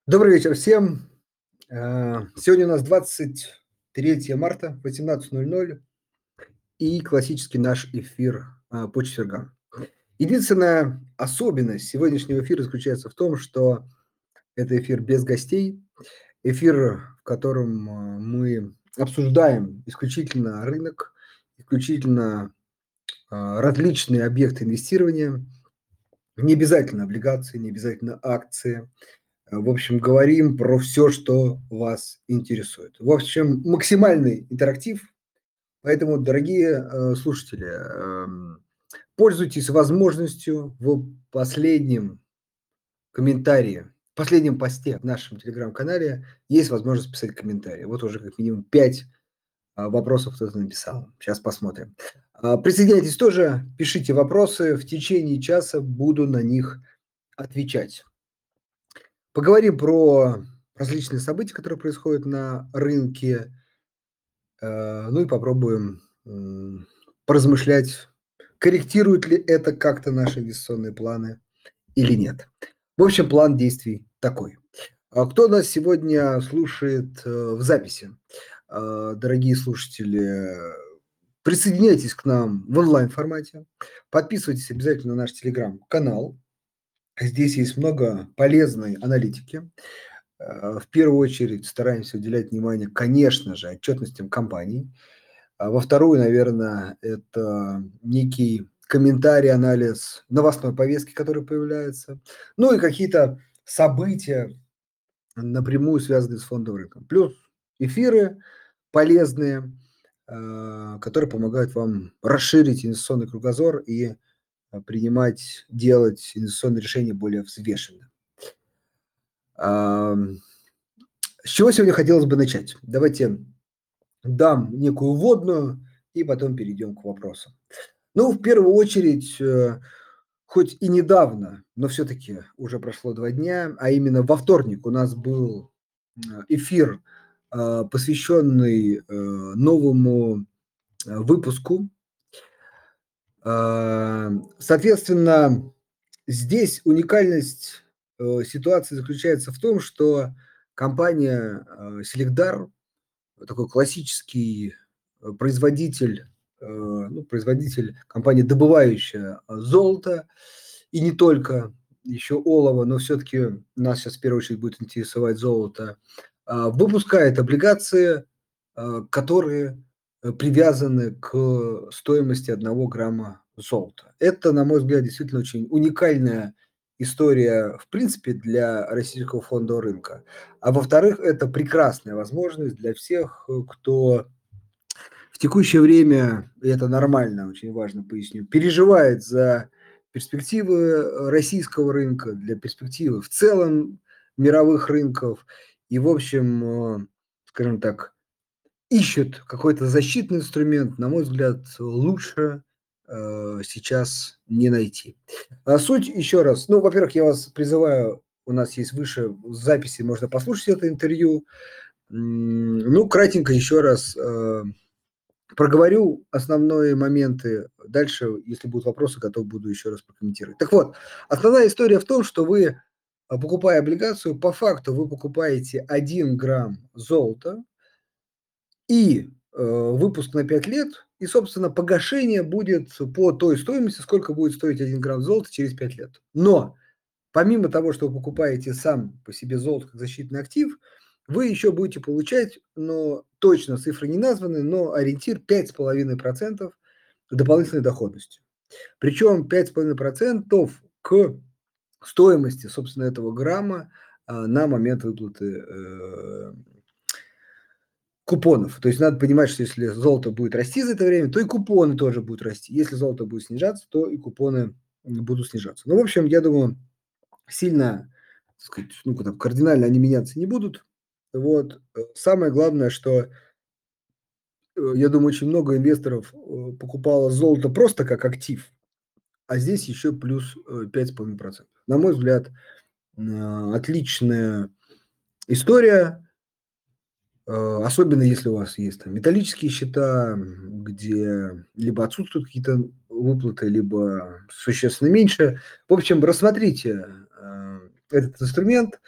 Добрый вечер всем. Сегодня у нас 23 марта, 18:00 и классический наш эфир по четвергам. Единственная особенность сегодняшнего эфира заключается в том, что это эфир без гостей, эфир, в котором мы обсуждаем исключительно рынок, исключительно различные объекты инвестирования, не обязательно облигации, не обязательно акции. В общем, говорим про все, что вас интересует. В общем, максимальный интерактив, поэтому, дорогие слушатели, пользуйтесь возможностью в последнем комментарии, в последнем посте в нашем телеграм-канале есть возможность писать комментарии. Вот уже как минимум 5 вопросов кто-то написал. Сейчас посмотрим. Присоединяйтесь тоже, пишите вопросы, в течение часа буду на них отвечать. Поговорим про различные события, которые происходят на рынке, ну и попробуем поразмышлять, корректирует ли это как-то наши инвестиционные планы или нет. В общем, план действий такой. Кто нас сегодня слушает в записи? Дорогие слушатели, присоединяйтесь к нам в онлайн-формате, подписывайтесь обязательно на наш телеграм-канал. Здесь есть много полезной аналитики. В первую очередь стараемся уделять внимание, конечно же, отчетностям компаний. А во вторую, наверное, это некий комментарий, анализ новостной повестки, которая появляется. Ну и какие-то события, напрямую связанные с фондовым рынком. Плюс эфиры полезные, которые помогают вам расширить инвестиционный кругозор и делать инвестиционные решения более взвешенно. С чего сегодня хотелось бы начать? Давайте дам некую вводную и потом перейдем к вопросам. Ну, в первую очередь, хоть и недавно, но все-таки уже прошло 2 дня, а именно во вторник у нас был эфир, посвященный новому выпуску. Соответственно, здесь уникальность ситуации заключается в том, что компания Селигдар, такой классический производитель, компания, добывающая золото, и не только, еще олово, но все-таки нас сейчас в первую очередь будет интересовать золото, выпускает облигации, которые привязаны к стоимости 1 грамма золота. Это, на мой взгляд, действительно очень уникальная история, в принципе, для российского фондового рынка. А во-вторых, это прекрасная возможность для всех, кто в текущее время, и это нормально, очень важно поясню, переживает за перспективы российского рынка, для перспективы в целом мировых рынков. И, в общем, скажем так, ищет какой-то защитный инструмент, на мой взгляд, лучше сейчас не найти. Суть еще раз. Ну, во-первых, я вас призываю, у нас есть выше в записи, можно послушать это интервью. Ну, кратенько еще раз проговорю основные моменты. Дальше, если будут вопросы, готов буду еще раз прокомментировать. Так вот, основная история в том, что вы, покупая облигацию, по факту вы покупаете 1 грамм золота и выпуск на 5 лет, и, собственно, погашение будет по той стоимости, сколько будет стоить 1 грамм золота через 5 лет. Но помимо того, что вы покупаете сам по себе золото как защитный актив, вы еще будете получать, но точно цифры не названы, но ориентир 5,5% дополнительной доходности. Причем 5,5% к стоимости, собственно, этого грамма на момент выплаты купонов. То есть надо понимать, что если золото будет расти за это время, то и купоны тоже будут расти. Если золото будет снижаться, то и купоны будут снижаться. Ну, в общем, я думаю, сильно, так сказать, кардинально они меняться не будут. Вот. Самое главное, что, я думаю, очень много инвесторов покупало золото просто как актив, а здесь еще плюс 5,5%. На мой взгляд, отличная история, особенно если у вас есть там металлические счета, где либо отсутствуют какие-то выплаты, либо существенно меньше. В общем, рассмотрите этот инструмент.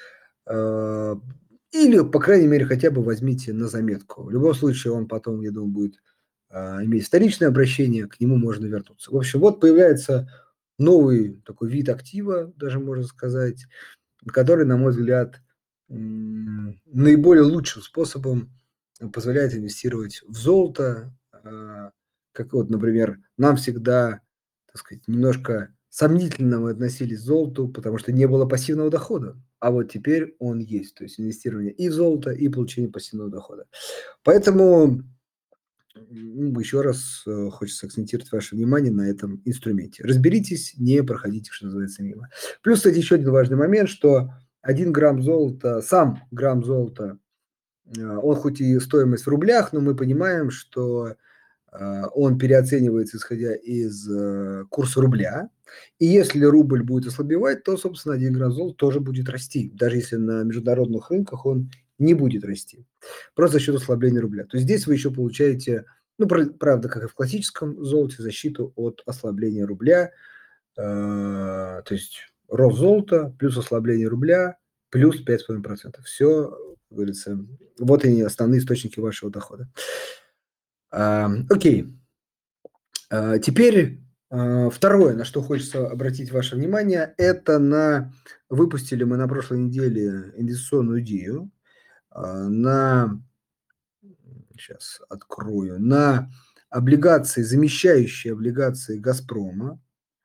Э, Или, по крайней мере, хотя бы возьмите на заметку. В любом случае он потом, я думаю, будет иметь вторичное обращение, к нему можно вернуться. В общем, вот появляется новый такой вид актива, даже можно сказать, который, на мой взгляд, наиболее лучшим способом позволяет инвестировать в золото. Как вот, например, нам всегда, так сказать, немножко сомнительно мы относились к золоту, потому что не было пассивного дохода. А вот теперь он есть, то есть инвестирование и в золото, и получение пассивного дохода. Поэтому еще раз хочется акцентировать ваше внимание на этом инструменте. Разберитесь, не проходите, что называется, мимо. Плюс, кстати, еще один важный момент, что 1 грамм золота, сам грамм золота, он хоть и стоимость в рублях, но мы понимаем, что он переоценивается, исходя из курса рубля. И если рубль будет ослабевать, то, собственно, 1 грамм золота тоже будет расти, даже если на международных рынках он не будет расти, просто за счет ослабления рубля. То есть здесь вы еще получаете, ну, правда, как и в классическом золоте, защиту от ослабления рубля, то есть рост золота плюс ослабление рубля плюс 5,5%. Все, как говорится, вот они основные источники вашего дохода. Окей. Теперь второе, на что хочется обратить ваше внимание, это выпустили мы на прошлой неделе инвестиционную идею на, сейчас открою, на облигации, замещающие облигации «Газпрома».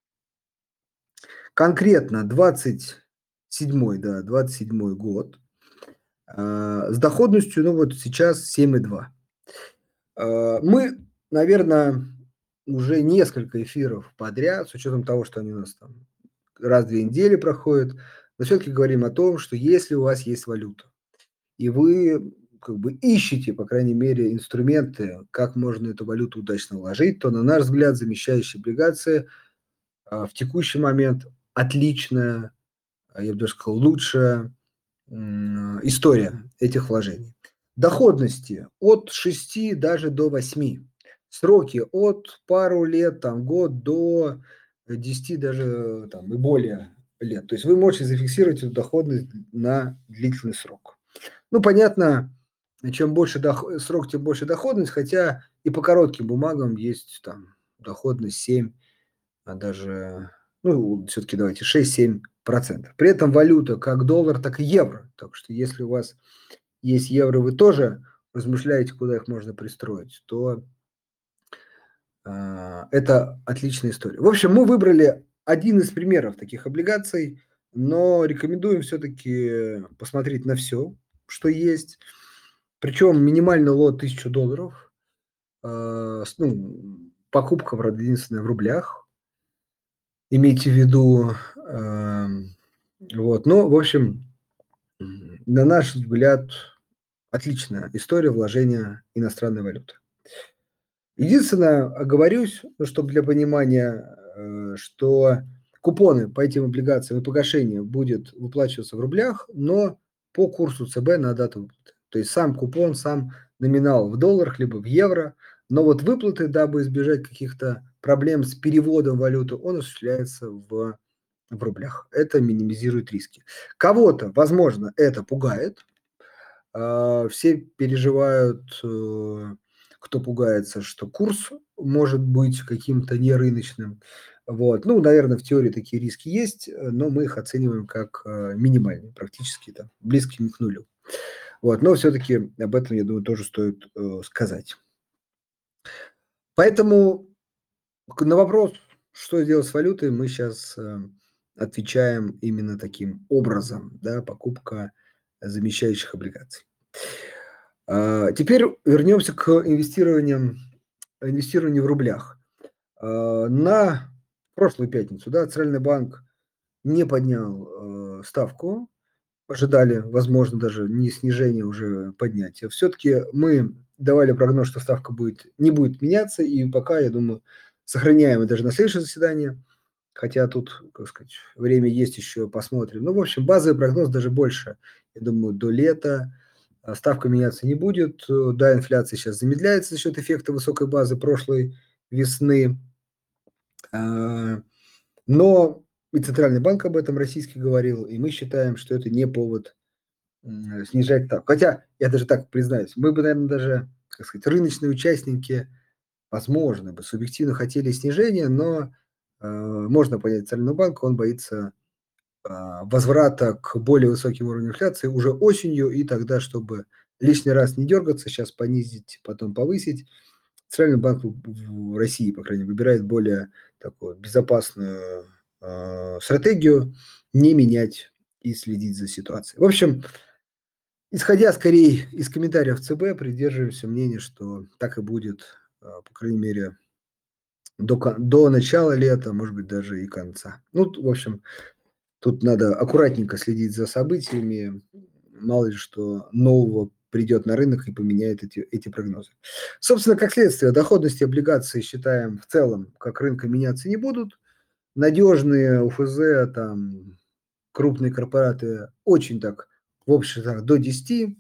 Конкретно 27 год с доходностью, ну вот сейчас 7,2. Мы, наверное, уже несколько эфиров подряд, с учетом того, что они у нас там раз в 2 недели проходят, но все-таки говорим о том, что если у вас есть валюта, и вы как бы ищете, по крайней мере, инструменты, как можно эту валюту удачно вложить, то, на наш взгляд, замещающие облигации в текущий момент отличная, я бы даже сказал, лучшая история этих вложений. Доходности от 6 даже до 8. Сроки от пару лет, там, год до 10 даже там, и более лет. То есть вы можете зафиксировать эту доходность на длительный срок. Ну, понятно, чем больше срок, тем больше доходность, хотя и по коротким бумагам есть там доходность 7, а даже, ну, все-таки давайте 6-7%. При этом валюта как доллар, так и евро. Так что если у вас есть евро, вы тоже размышляете, куда их можно пристроить, то это отличная история. В общем, мы выбрали один из примеров таких облигаций, но рекомендуем все-таки посмотреть на все, что есть. Причем минимальный лот $1000. Ну, покупка, правда, единственная в рублях. Имейте в виду, вот, ну, в общем, на наш взгляд, отличная история вложения иностранной валюты. Единственное, оговорюсь, ну, чтобы для понимания, что купоны по этим облигациям и погашение будет выплачиваться в рублях, но по курсу ЦБ на дату выплаты. То есть сам купон, сам номинал в долларах либо в евро, но вот выплаты, дабы избежать каких-то проблем с переводом валюты, он осуществляется в рублях. Это минимизирует риски. Кого-то, возможно, это пугает. Все переживают, кто пугается, что курс может быть каким-то нерыночным. Вот. Ну, наверное, в теории такие риски есть, но мы их оцениваем как минимальные, практически там, близкими к нулю. Вот. Но все-таки об этом, я думаю, тоже стоит сказать. Поэтому на вопрос, что делать с валютой, мы сейчас отвечаем именно таким образом, да, покупка замещающих облигаций. Теперь вернемся к инвестированию в рублях. На прошлую пятницу, да, Центральный банк не поднял ставку, ожидали, возможно, даже не снижения, уже поднятия. Все-таки мы давали прогноз, что ставка не будет меняться, и пока, я думаю, сохраняем и даже на следующее заседание, хотя тут, как сказать, время есть еще, посмотрим. Ну, в общем, базовый прогноз даже больше, я думаю, до лета. Ставка меняться не будет. Да, инфляция сейчас замедляется за счет эффекта высокой базы прошлой весны. Но и Центральный банк об этом российский говорил, и мы считаем, что это не повод снижать ставку. Хотя, я даже так признаюсь, мы бы, наверное, даже, как сказать, рыночные участники, возможно, бы субъективно хотели снижения, но можно понять Центральный банк, он боится возврата к более высоким уровням инфляции уже осенью, и тогда, чтобы лишний раз не дергаться, сейчас понизить, потом повысить, Центральный банк в России, по крайней мере, выбирает более такую безопасную стратегию, не менять и следить за ситуацией. В общем, исходя скорее из комментариев ЦБ, придерживаемся мнения, что так и будет, по крайней мере, до начала лета, может быть, даже и конца. Ну, в общем, тут надо аккуратненько следить за событиями. Мало ли что нового придет на рынок и поменяет эти прогнозы. Собственно, как следствие, доходности облигаций считаем в целом, как рынка меняться не будут. Надежные УФЗ, там, крупные корпораты очень так, в общем, так, до 10.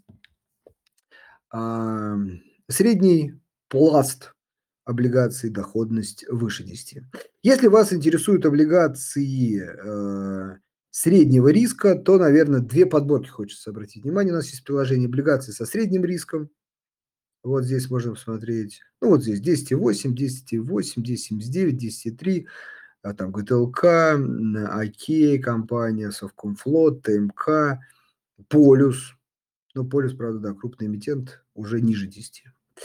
А, средний пласт облигаций доходность выше 10. Если вас интересуют облигации среднего риска, то, наверное, две подборки хочется обратить внимание. У нас есть приложение облигаций со средним риском. Вот здесь можно посмотреть, ну вот здесь 10,8, 10,8, 10,79, 10,3, а там ГТЛК, АК компания, Совкомфлот, ТМК, Полюс. Ну, Полюс, правда, да, крупный эмитент, уже ниже 10.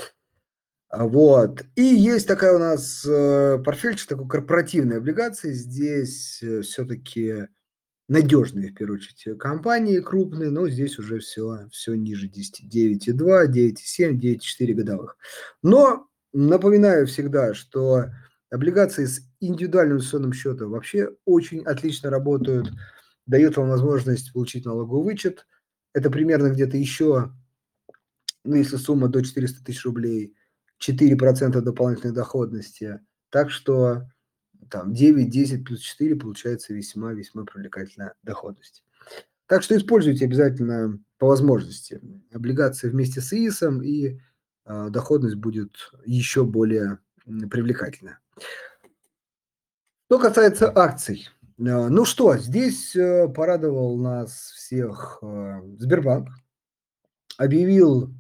Вот. И есть такая у нас портфельчик, такой корпоративной облигации. Здесь все-таки надежные, в первую очередь, компании крупные, но здесь уже все ниже 10. 9,2, 9,7, 9,4 годовых. Но напоминаю всегда, что облигации с индивидуальным инвестиционным счетом вообще очень отлично работают, дают вам возможность получить налоговый вычет. Это примерно где-то еще, ну, если сумма до 400 тысяч рублей, 4% дополнительной доходности. Так что там 9, 10 плюс 4 получается весьма-весьма привлекательная доходность. Так что используйте обязательно по возможности облигации вместе с ИИСом, и доходность будет еще более привлекательная. Что касается акций. Ну что, здесь порадовал нас всех Сбербанк. Объявил,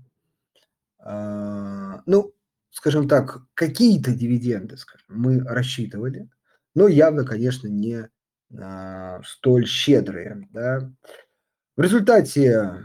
ну, скажем так, какие-то дивиденды, скажем, мы рассчитывали, но явно, конечно, не столь щедрые. Да. В результате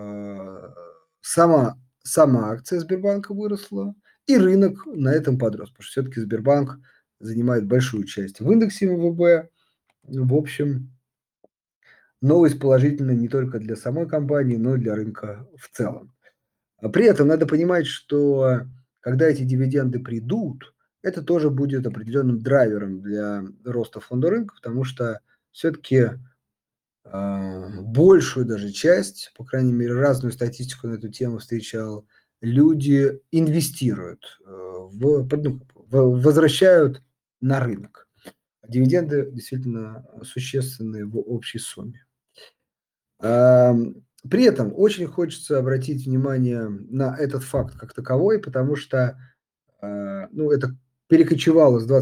сама акция Сбербанка выросла, и рынок на этом подрос, потому что все-таки Сбербанк занимает большую часть в индексе МВБ. В общем, новость положительная не только для самой компании, но и для рынка в целом. При этом надо понимать, что когда эти дивиденды придут, это тоже будет определенным драйвером для роста фонда рынка, потому что все-таки большую даже часть, по крайней мере, разную статистику на эту тему встречал, люди инвестируют, возвращают на рынок. Дивиденды действительно существенные в общей сумме. При этом очень хочется обратить внимание на этот факт как таковой, потому что ну, это перекочевало с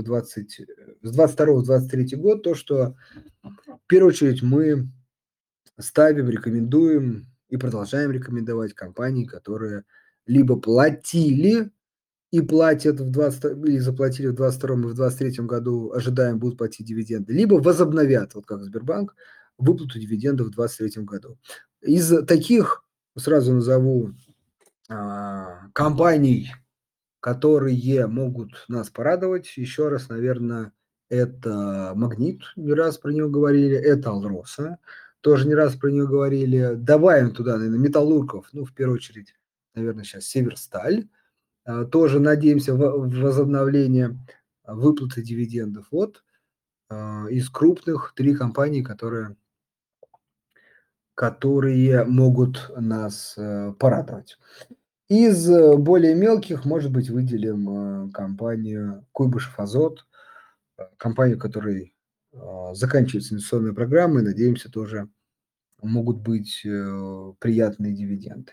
22 в 23 год, то, что в первую очередь мы ставим, рекомендуем и продолжаем рекомендовать компании, которые либо платили и платят или заплатили в 22 и в 23 году, ожидаем, будут платить дивиденды, либо возобновят, вот как Сбербанк, выплату дивидендов в 23 году. Из таких, сразу назову, компаний, которые могут нас порадовать, еще раз, наверное, это Магнит, не раз про него говорили, это Алроса, тоже не раз про него говорили. Добавим туда, наверное, металлургов, ну, в первую очередь, наверное, сейчас Северсталь. Тоже надеемся в возобновление выплаты дивидендов. Вот из крупных 3 компании, которые могут нас порадовать. Из более мелких, может быть, выделим компанию Куйбышев Азот, компанию, которой заканчивается инвестиционная программа, и, надеемся, тоже могут быть приятные дивиденды.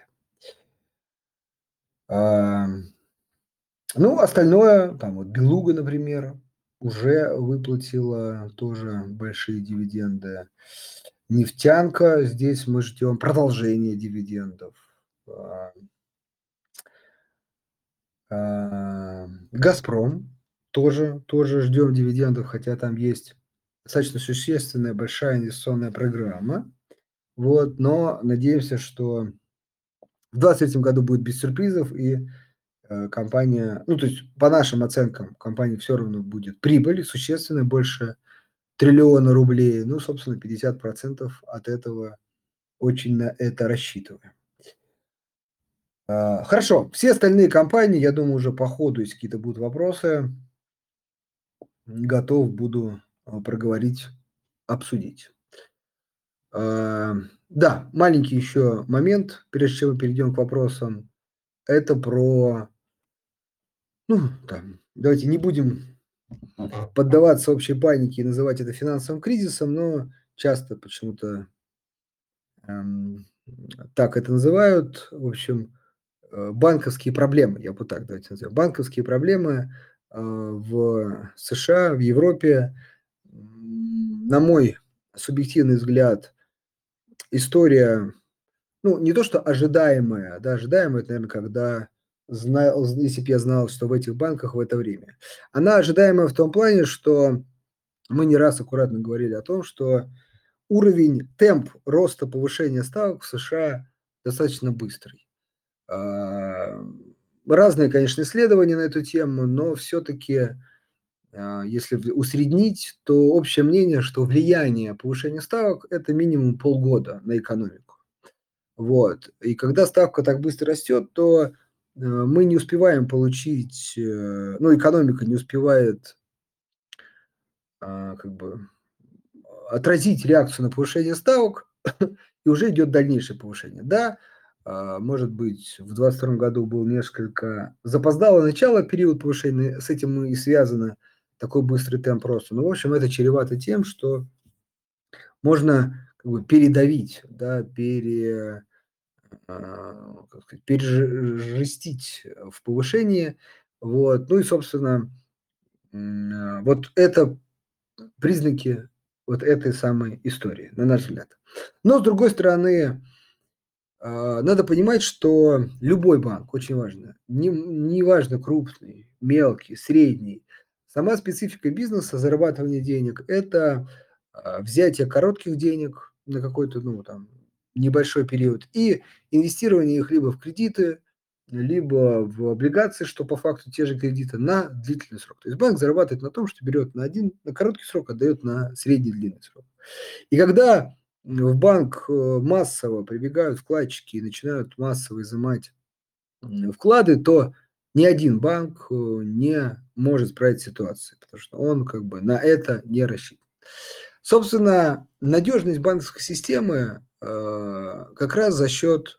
Ну, остальное, там вот Белуга, например, уже выплатила тоже большие дивиденды. Нефтянка, здесь мы ждем продолжения дивидендов. А, «Газпром» тоже ждем дивидендов, хотя там есть достаточно существенная большая инвестиционная программа. Вот, но надеемся, что в 2023 году будет без сюрпризов, и компания, ну, то есть по нашим оценкам, компания все равно будет прибыль существенная, больше триллиона рублей. Ну, собственно, 50% от этого очень на это рассчитываем. Хорошо, все остальные компании, я думаю, уже по ходу, если какие-то будут вопросы, готов буду проговорить, обсудить. Да, маленький еще момент, прежде чем мы перейдем к вопросам. Это про, ну, там, давайте не будем поддаваться общей панике и называть это финансовым кризисом, но часто почему-то эм, так это называют. В общем, банковские проблемы, я бы вот так давайте назовем. Банковские проблемы в США, в Европе, на мой субъективный взгляд, история, ну, не то что ожидаемая, да, ожидаемая, это, наверное, когда знал, если бы я знал, что в этих банках в это время. Она ожидаемая в том плане, что мы не раз аккуратно говорили о том, что уровень, темп роста повышения ставок в США достаточно быстрый. А, Разные, конечно, исследования на эту тему, но все-таки, если усреднить, то общее мнение, что влияние повышения ставок – это минимум полгода на экономику. Вот. И когда ставка так быстро растет, то мы не успеваем получить, ну, экономика не успевает как бы отразить реакцию на повышение ставок, и уже идет дальнейшее повышение. Да, может быть, в 2022 году был несколько запоздало начало период повышения, с этим и связано такой быстрый темп роста. Но, в общем, это чревато тем, что можно как бы передавить, да, как сказать, пережестить в повышении. Вот. Ну и, собственно, вот это признаки вот этой самой истории, на наш взгляд. Но, с другой стороны, надо понимать, что любой банк, очень важно, не важно крупный, мелкий, средний, сама специфика бизнеса, зарабатывание денег – это взятие коротких денег на какой-то, ну, там, небольшой период и инвестирование их либо в кредиты, либо в облигации, что по факту те же кредиты на длительный срок. То есть банк зарабатывает на том, что берет на короткий срок, отдает на средний длинный срок. И когда в банк массово прибегают вкладчики и начинают массово изымать вклады, то ни один банк не может справиться с ситуацией, потому что он как бы на это не рассчитан. Собственно, надежность банковской системы как раз за счет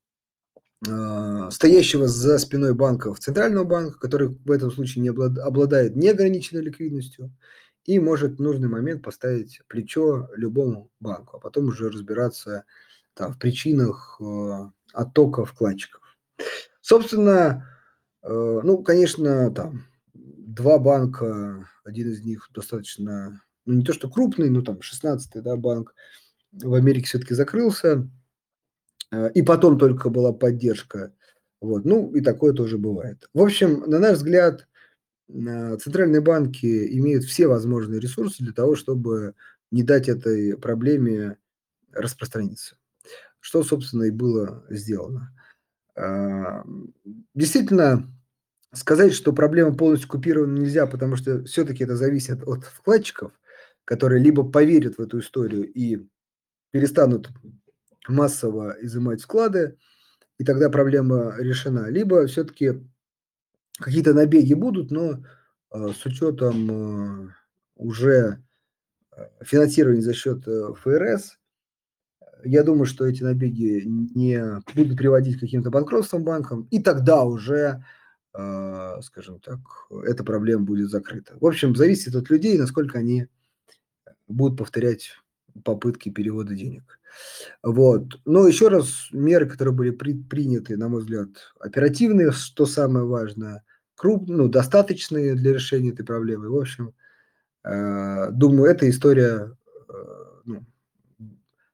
стоящего за спиной банков Центрального банка, который в этом случае не обладает неограниченной ликвидностью и может в нужный момент поставить плечо любому банку, а потом уже разбираться там, в причинах оттока вкладчиков. Собственно, ну, конечно, там два банка, один из них достаточно, ну, не то что крупный, но там 16-й, да, банк в Америке все-таки закрылся, и потом только была поддержка. Вот. Ну, и такое тоже бывает. В общем, на наш взгляд, центральные банки имеют все возможные ресурсы для того, чтобы не дать этой проблеме распространиться. Что, собственно, и было сделано. А, Действительно, сказать, что проблема полностью купирована нельзя, потому что все-таки это зависит от вкладчиков, которые либо поверят в эту историю и перестанут массово изымать вклады, и тогда проблема решена. Либо все-таки какие-то набеги будут, но с учетом уже финансирования за счет ФРС, я думаю, что эти набеги не будут приводить к каким-то банкротствам банкам, и тогда уже, скажем так, эта проблема будет закрыта. В общем, зависит от людей, насколько они будут повторять попытки перевода денег. Вот. Но еще раз, меры, которые были приняты, на мой взгляд, оперативные, что самое важное, ну, достаточные для решения этой проблемы. В общем, думаю, эта история ну,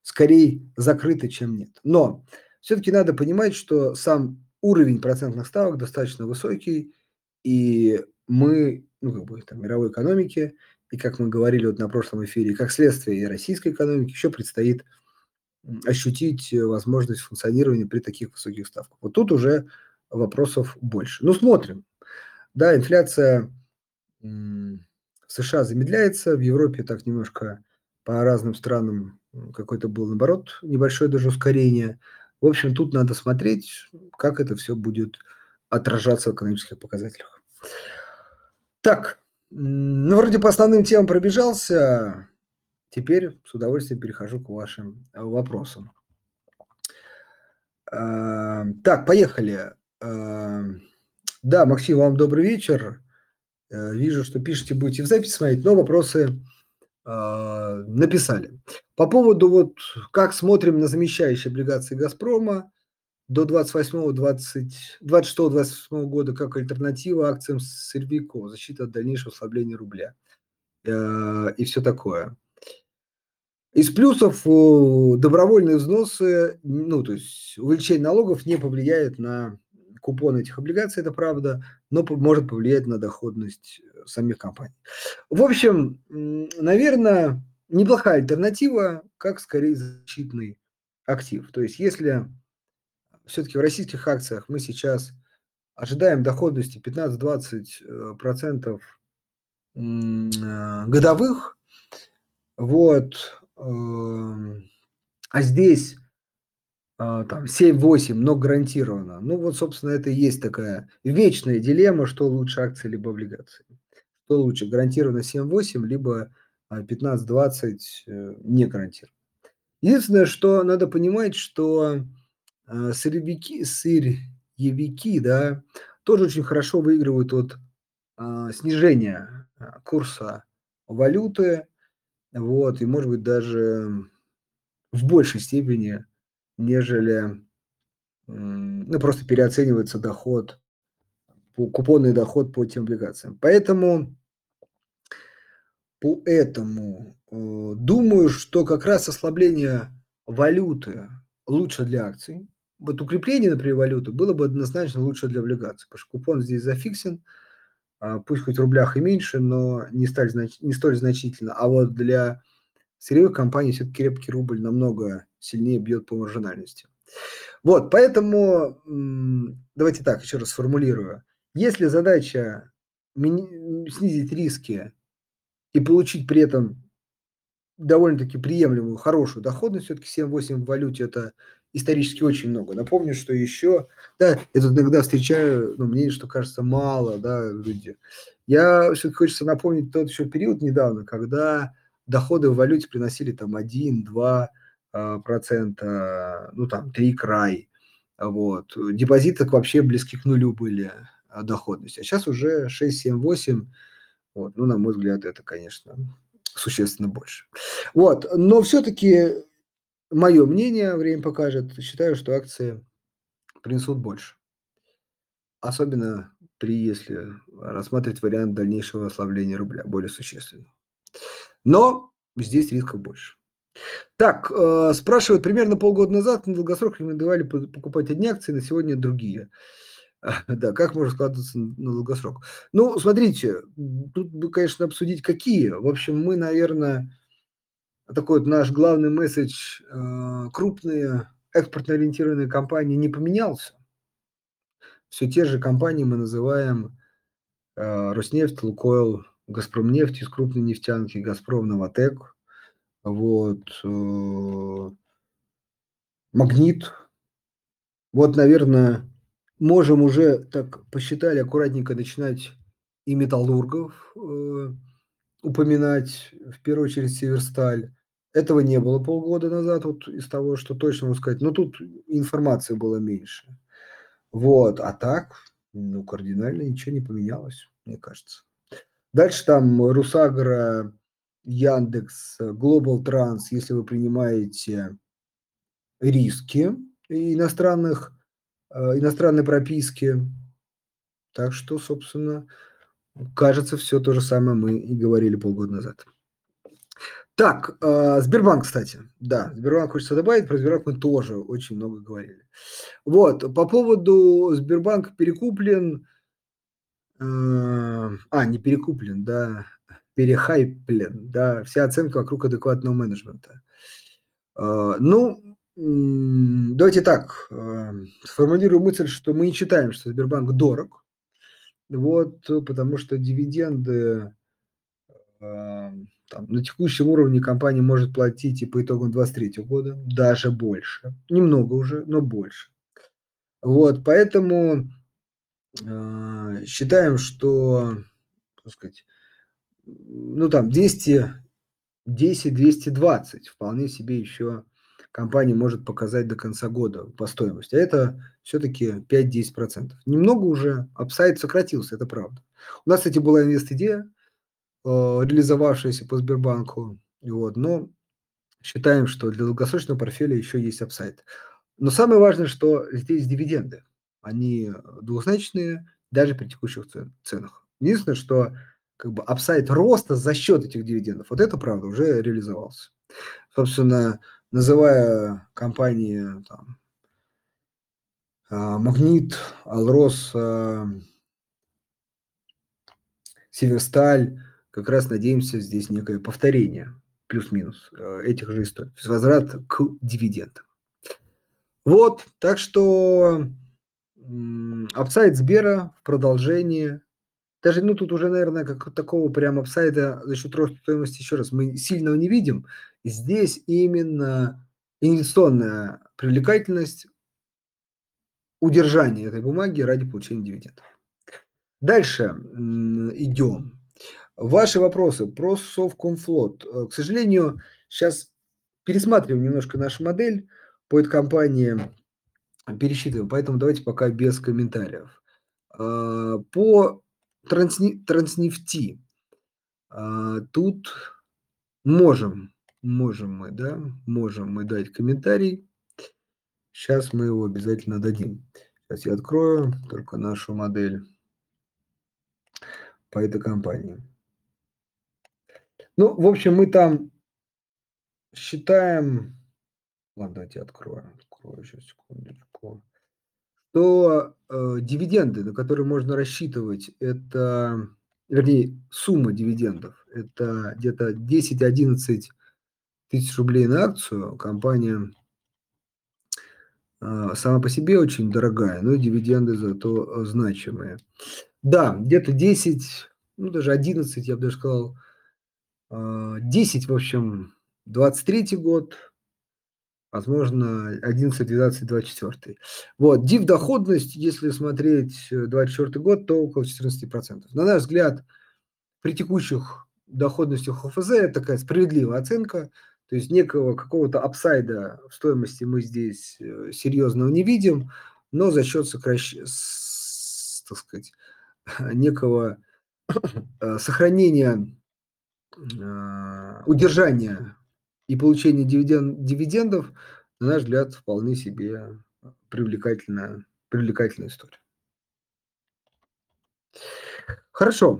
скорее закрыто, чем нет. Но все-таки надо понимать, что сам уровень процентных ставок достаточно высокий, и мы, ну, как бы, там, мировой экономике, и как мы говорили вот на прошлом эфире, как следствие и российской экономики, еще предстоит ощутить возможность функционирования при таких высоких ставках. Вот тут уже вопросов больше. Ну, смотрим. Да, инфляция в США замедляется, в Европе так немножко по разным странам какой-то был, наоборот, небольшое даже ускорение. В общем, тут надо смотреть, как это все будет отражаться в экономических показателях. Так, ну, вроде по основным темам пробежался. Теперь с удовольствием перехожу к вашим вопросам. Так, поехали. Да, Максим, вам добрый вечер. Вижу, что пишете, будете в запись смотреть, но вопросы написали. По поводу вот как смотрим на замещающие облигации «Газпрома» до 26-28 года как альтернатива акциям Сервико, защита от дальнейшего ослабления рубля и все такое. Из плюсов добровольные взносы, ну, то есть увеличение налогов не повлияет на купон этих облигаций, это правда, но может повлиять на доходность самих компаний. В общем, наверное, неплохая альтернатива, как скорее защитный актив. То есть если все-таки в российских акциях мы сейчас ожидаем доходности 15-20% годовых, вот, а здесь там 7-8, но гарантированно. Ну вот, собственно, это и есть такая вечная дилемма, что лучше акции либо облигации. Что лучше, гарантированно 7-8, либо 15-20 не гарантированно. Единственное, что надо понимать, что сырьевики, да, тоже очень хорошо выигрывают от снижения курса валюты, вот, и, может быть, даже в большей степени, нежели ну, просто переоценивается доход, купонный доход по тем облигациям. Поэтому думаю, что как раз ослабление валюты лучше для акций. Вот укрепление, например, валюты было бы однозначно лучше для облигаций, потому что купон здесь зафиксен, пусть хоть в рублях и меньше, но не столь значительно. А вот для сырьевых компаний все-таки крепкий рубль намного сильнее бьет по маржинальности. Вот, поэтому давайте так, еще раз сформулирую. Если задача снизить риски и получить при этом довольно-таки приемлемую, хорошую доходность, все-таки 7-8 в валюте – это исторически очень много. Напомню, что еще, да, я тут иногда встречаю, ну, мнение, что кажется мало, да, люди. Я все-таки хочется напомнить тот еще период недавно, когда доходы в валюте приносили там 1-2%, ну, там, 3 край, вот. Депозиты вообще близки к нулю были доходности, а сейчас уже 6-7-8, вот. Ну, на мой взгляд, это, конечно, существенно больше. Вот. Но все-таки мое мнение, время покажет, считаю, что акции принесут больше. Особенно если рассматривать вариант дальнейшего ослабления рубля, более существенного. Но здесь рисков больше. Так, спрашивают, примерно полгода назад на долгосрок рекомендовали покупать одни акции, на сегодня другие. Да, как можно складываться на долгосрок? Ну, смотрите, тут бы, конечно, обсудить какие. В общем, мы, наверное, такой вот наш главный месседж, крупные экспортно-ориентированные компании не поменялся. Все те же компании мы называем Роснефть, Лукойл, Газпромнефть из крупной нефтянки, Газпром, Новатэк, вот, Магнит. Вот, наверное, можем уже так посчитали аккуратненько начинать и металлургов упоминать, в первую очередь Северсталь. Этого не было полгода назад, вот из того, что точно могу сказать. Но тут информации было меньше. Вот, а так, ну, кардинально ничего не поменялось, мне кажется. Дальше там Русагра, Яндекс, Global Транс, если вы принимаете риски иностранной прописки. Так что, собственно, кажется, все то же самое мы и говорили полгода назад. Так, Сбербанк, кстати. Да, Сбербанк хочется добавить, про Сбербанк мы тоже очень много говорили. Вот, по поводу Сбербанк перекуплен, не перекуплен, да, перехайплен, да, вся оценка вокруг адекватного менеджмента. Ну, давайте так, сформулирую мысль, что мы не считаем, что Сбербанк дорог, вот, потому что дивиденды там, на текущем уровне компания может платить и по итогам 2023 года, даже больше. Немного уже, но больше. Вот, поэтому считаем, что, так сказать, ну там 210-220 вполне себе еще компания может показать до конца года по стоимости. А это все-таки 5-10%. Немного уже, апсайд сократился, это правда. У нас, кстати, была инвест-идея, реализовавшаяся по Сбербанку, вот, но считаем, что для долгосрочного портфеля еще есть апсайд. Но самое важное, что здесь дивиденды. Они двухзначные даже при текущих ценах. Единственное, что как бы апсайд роста за счет этих дивидендов, вот это правда уже реализовался. Собственно, называя компании там, Магнит, Алрос, Северсталь, как раз надеемся здесь некое повторение, плюс-минус, этих же историй. То есть возврат к дивидендам. Вот, так что апсайд Сбера в продолжении. Даже, ну, тут уже, наверное, как такого прям апсайда за счет роста стоимости, еще раз, мы сильного не видим. Здесь именно инвестиционная привлекательность удержания этой бумаги ради получения дивидендов. Дальше идем. Ваши вопросы про Совкомфлот. К сожалению, сейчас пересматриваем немножко нашу модель по этой компании, пересчитываем, поэтому давайте пока без комментариев. По Транснефти тут можем мы дать комментарий. Сейчас мы его обязательно дадим. Сейчас я открою только нашу модель по этой компании. Ну, в общем, мы там считаем, ладно, давайте открою сейчас, секундочку, что дивиденды, на которые можно рассчитывать, это, вернее, сумма дивидендов, это где-то 10-11 тысяч рублей на акцию. Компания сама по себе очень дорогая, но дивиденды зато значимые. Да, где-то 10, ну даже 11, я бы даже сказал, 10, в общем, 23 год, возможно, 11, 12, 24. Вот, див-доходность, если смотреть 24 год, то около 14%. На наш взгляд, при текущих доходностях ОФЗ это такая справедливая оценка, то есть некого какого-то апсайда в стоимости мы здесь серьезного не видим, но за счет так сказать, некого сохранения, удержания и получения дивидендов, на наш взгляд, вполне себе привлекательная история. Хорошо.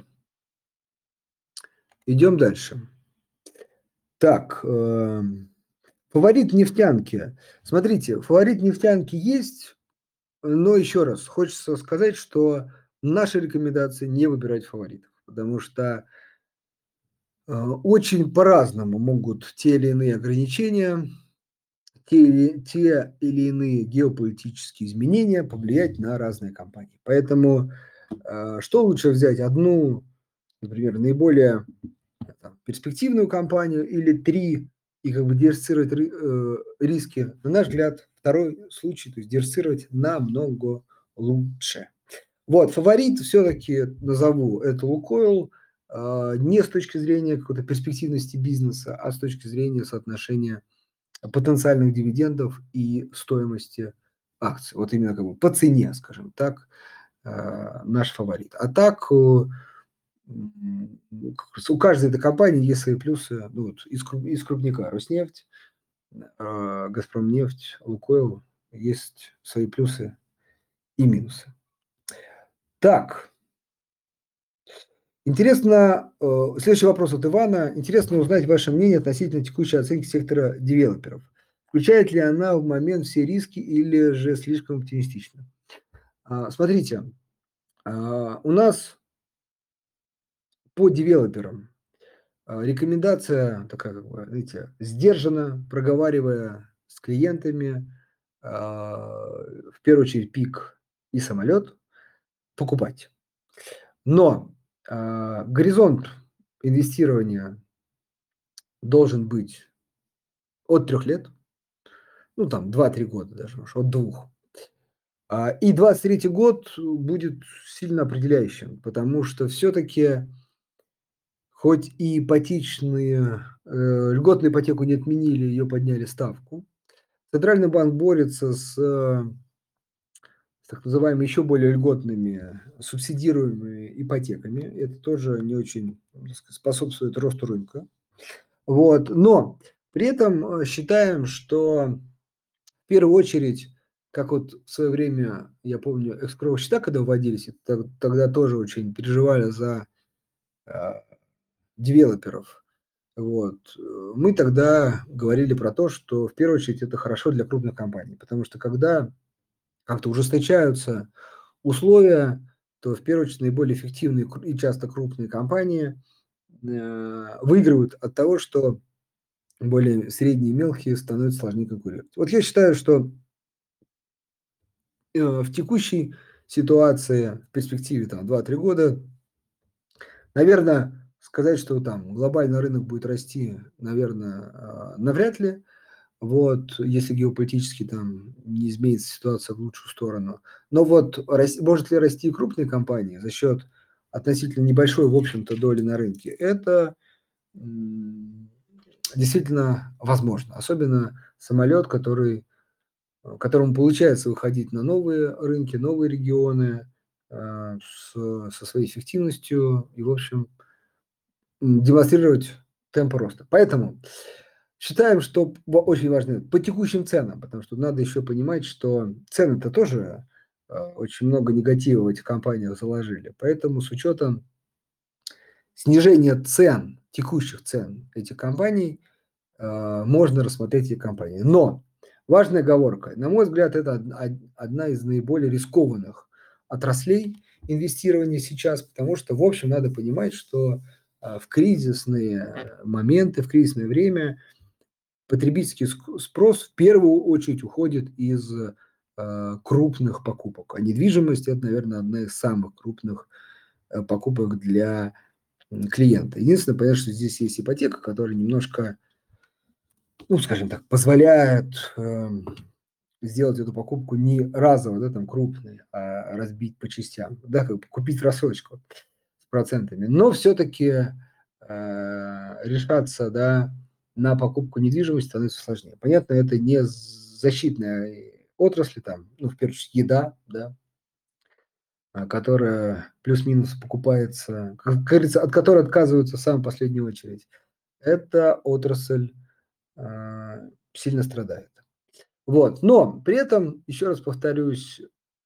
Идем дальше. Так, фаворит нефтянки. Смотрите, фаворит нефтянки есть, но еще раз хочется сказать, что наша рекомендация не выбирать фаворитов, потому что очень по-разному могут те или иные ограничения, те или иные геополитические изменения повлиять на разные компании. Поэтому что лучше взять? Одну, например, наиболее перспективную компанию или три и как бы диверсифицировать риски? На наш взгляд, второй случай, то есть диверсифицировать намного лучше. Вот, фаворит все-таки назову это Лукойл, не с точки зрения какой-то перспективности бизнеса, а с точки зрения соотношения потенциальных дивидендов и стоимости акций. Вот именно как бы по цене, скажем так, наш фаворит. А так, у каждой этой компании есть свои плюсы. Ну, вот из крупника Роснефть, Газпромнефть, Лукойл есть свои плюсы и минусы. Так, Интересно, следующий вопрос от Ивана. Интересно узнать ваше мнение относительно текущей оценки сектора девелоперов. Включает ли она в момент все риски или же слишком оптимистично? Смотрите, у нас по девелоперам рекомендация такая, как бы, знаете, сдержанно, проговаривая с клиентами, в первую очередь пик и самолет, покупать. Но горизонт инвестирования должен быть от 3 лет, ну там 2-3 года даже, может, от 2. И 23 год будет сильно определяющим, потому что все-таки хоть и льготную ипотеку не отменили, ее подняли ставку. Центральный банк борется с так называемыми еще более льготными субсидируемыми ипотеками. Это тоже не очень, так сказать, способствует росту рынка. Вот. Но при этом считаем, что в первую очередь, как вот в свое время, я помню, экс счета, когда вводились, тогда тоже очень переживали за а, девелоперов. Вот. Мы тогда говорили про то, что в первую очередь это хорошо для крупных компаний, потому что когда как-то ужесточаются условия, то в первую очередь наиболее эффективные и часто крупные компании выигрывают от того, что более средние и мелкие становятся сложнее конкурировать. Вот я считаю, что в текущей ситуации, в перспективе там 2-3 года, наверное, сказать, что там глобальный рынок будет расти, наверное, навряд ли. Вот, если геополитически там не изменится ситуация в лучшую сторону. Но вот может ли расти крупные компании за счет относительно небольшой, в общем-то, доли на рынке? Это действительно возможно. Особенно самолет, которому получается выходить на новые рынки, новые регионы со своей эффективностью и, в общем, демонстрировать темпы роста. Поэтому считаем, что очень важно по текущим ценам, потому что надо еще понимать, что цены-то тоже очень много негатива в этих компаниях заложили. Поэтому с учетом снижения цен, текущих цен этих компаний, можно рассмотреть эти компании. Но важная оговорка. На мой взгляд, это одна из наиболее рискованных отраслей инвестирования сейчас, потому что, в общем, надо понимать, что в кризисные моменты, в кризисное время потребительский спрос в первую очередь уходит из крупных покупок. А недвижимость – это, наверное, одна из самых крупных покупок для клиента. Единственное, понятно, что здесь есть ипотека, которая немножко, ну, скажем так, позволяет сделать эту покупку не разово, да, там, крупной, а разбить по частям, да, как бы купить рассрочку с процентами. Но все-таки решаться, да, на покупку недвижимости становится сложнее. Понятно, это не защитная отрасль, там, ну, в первую очередь, еда, да, которая плюс-минус покупается, как говорится, от которой отказываются в самую последнюю очередь. Эта отрасль сильно страдает. Вот. Но при этом, еще раз повторюсь,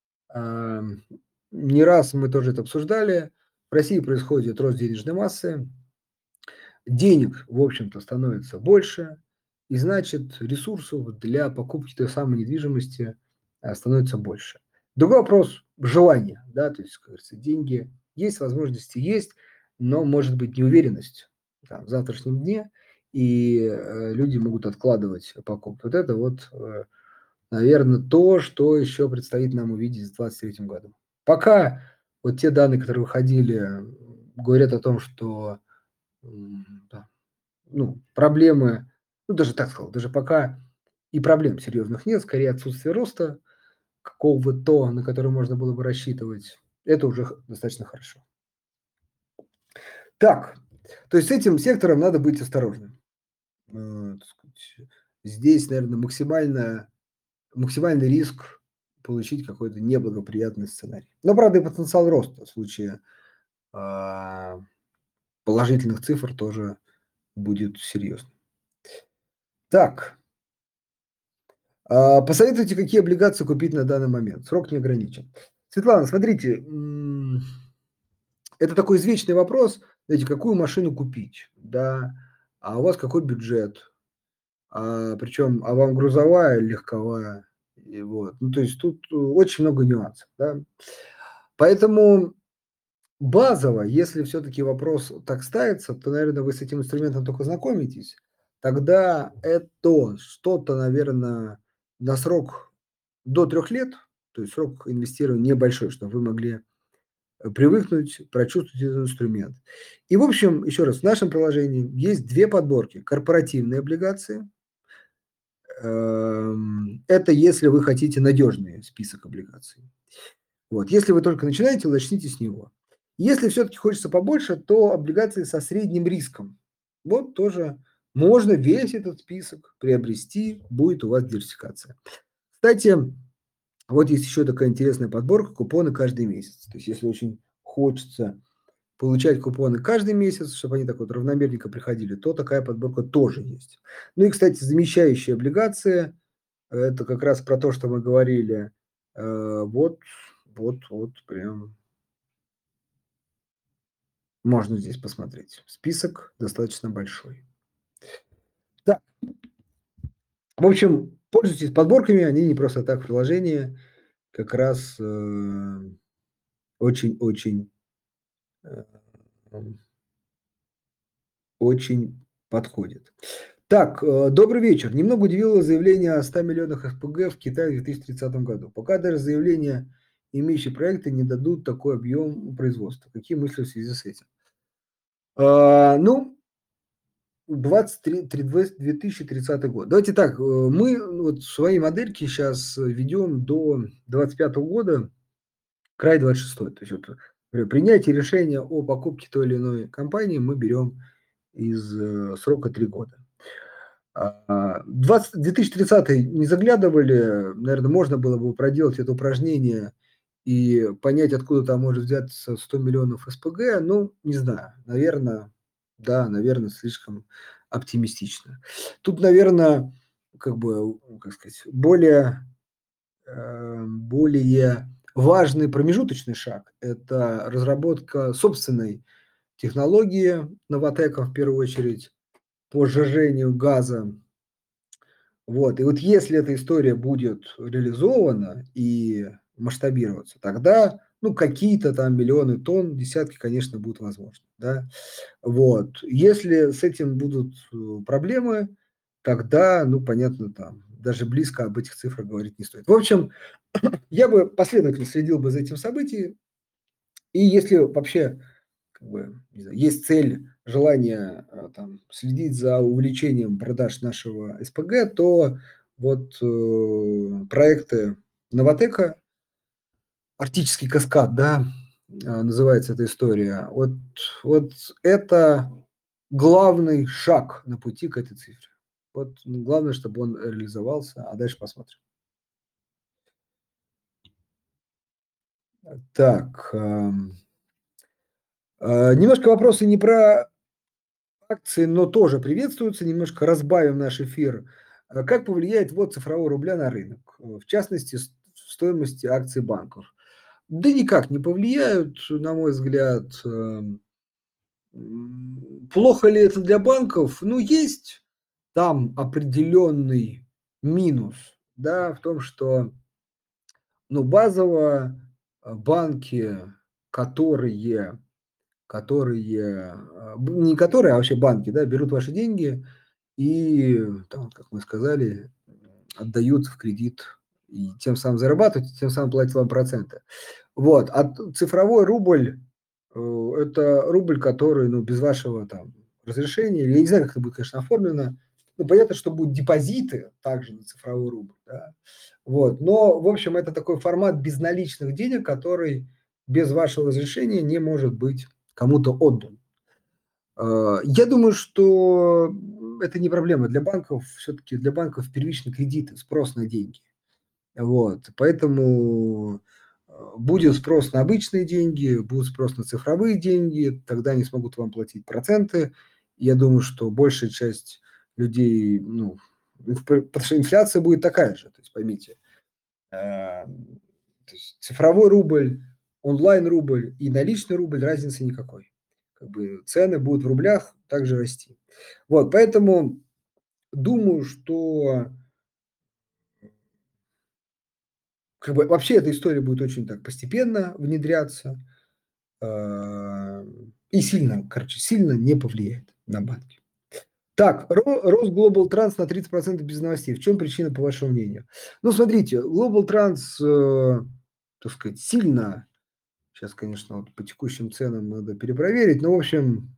не раз мы тоже это обсуждали, в России происходит рост денежной массы, денег, в общем-то, становится больше, и значит, ресурсов для покупки той самой недвижимости становится больше. Другой вопрос – желание, да, то есть, как говорится, деньги есть, возможности есть, но может быть неуверенность там, в завтрашнем дне, и люди могут откладывать покупку. Вот это вот, наверное, то, что еще предстоит нам увидеть в 2023 году. Пока вот те данные, которые выходили, говорят о том, что да, ну, проблемы, ну, даже так сказал, даже пока и проблем серьезных нет, скорее отсутствие роста какого-то, на который можно было бы рассчитывать, это уже достаточно хорошо. Так, то есть с этим сектором надо быть осторожным. Так сказать, здесь, наверное, максимальный риск получить какой-то неблагоприятный сценарий. Но, правда, и потенциал роста в случае положительных цифр тоже будет серьезным. Так, посоветуйте, какие облигации купить на данный момент. Срок не ограничен. Светлана, смотрите, Это такой извечный вопрос, знаете, какую машину купить, да, а у вас какой бюджет, причем, вам грузовая или легковая, и вот. Ну, то есть тут очень много нюансов, да. Поэтому базово, если все-таки вопрос так ставится, то, наверное, вы с этим инструментом только знакомитесь, тогда это что-то, наверное, на срок до 3 лет, то есть срок инвестирования небольшой, чтобы вы могли привыкнуть, прочувствовать этот инструмент. И, в общем, еще раз, в нашем приложении есть две подборки. Корпоративные облигации. Это если вы хотите надежный список облигаций. Вот. Если вы только начинаете, начните с него. Если все-таки хочется побольше, то облигации со средним риском. Вот тоже можно весь этот список приобрести, будет у вас диверсификация. Кстати, вот есть еще такая интересная подборка купоны каждый месяц. То есть если очень хочется получать купоны каждый месяц, чтобы они так вот равномерненько приходили, то такая подборка тоже есть. Ну и, кстати, замещающие облигации, это как раз про то, что мы говорили. Вот прям можно здесь посмотреть. Список достаточно большой. Да. В общем, пользуйтесь подборками, они не просто так в приложении, как раз очень-очень очень подходит. Так, добрый вечер. Немного удивило заявление о 100 миллионах СПГ в Китае в 2030 году. Пока даже заявления, имеющие проекты, не дадут такой объем производства. Какие мысли в связи с этим? Ну, 2030 год. Давайте так, мы вот свои модельки сейчас ведем до 2025 года, край 26. То есть вот принятие решения о покупке той или иной компании мы берем из срока 3 года. 2030 не заглядывали, наверное, можно было бы проделать это упражнение и понять, откуда там может взяться 100 миллионов СПГ, ну, не знаю, наверное, да, наверное, слишком оптимистично. Тут, наверное, как бы, как сказать, более важный промежуточный шаг – это разработка собственной технологии Новатэка, в первую очередь, по сжижению газа. Вот. И вот если эта история будет реализована и масштабироваться, тогда, ну, какие-то там миллионы тонн, десятки, конечно, будут возможны, да. Вот. Если с этим будут проблемы, тогда, ну, понятно, там даже близко об этих цифрах говорить не стоит. В общем, я бы последовательно следил бы за этим событием, и если вообще как бы, не знаю, есть цель, желание там, следить за увеличением продаж нашего СПГ, то вот проекты Новатэка, Арктический каскад, да, называется эта история, вот это главный шаг на пути к этой цифре. Вот главное, чтобы он реализовался, а дальше посмотрим. Так, немножко вопросы не про акции, но тоже приветствуются. Немножко разбавим наш эфир. Как повлияет ввод цифрового рубля на рынок? В частности, стоимости акций банков. Да никак не повлияют, на мой взгляд. Плохо ли это для банков? Ну, есть там определенный минус, да, в том, что, ну, базово банки, которые не которые, а вообще банки, да, берут ваши деньги и, там, как мы сказали, отдают в кредит и тем самым зарабатывают, тем самым платят вам проценты. Вот. А цифровой рубль это рубль, который, ну, без вашего там разрешения, я не знаю, как это будет, конечно, оформлено. Ну, понятно, что будут депозиты также на цифровой рубль, да. Вот. Но, в общем, это такой формат безналичных денег, который без вашего разрешения не может быть кому-то отдан. Я думаю, что это не проблема для банков. Все-таки для банков первичные кредиты, спрос на деньги. Вот. Поэтому будет спрос на обычные деньги, будет спрос на цифровые деньги, тогда они смогут вам платить проценты. Я думаю, что большая часть людей, ну, потому что инфляция будет такая же, то есть поймите, то есть цифровой рубль онлайн-рубль и наличный рубль, разницы никакой. Как бы цены будут в рублях также расти. Вот, поэтому думаю, что как бы вообще эта история будет очень так постепенно внедряться, и сильно, короче, сильно не повлияет на банки. Так, рос Global Trans на 30% без новостей. В чем причина, по вашему мнению? Ну, смотрите, Global Trans, так сказать, сильно, сейчас, конечно, вот по текущим ценам надо перепроверить, но, в общем,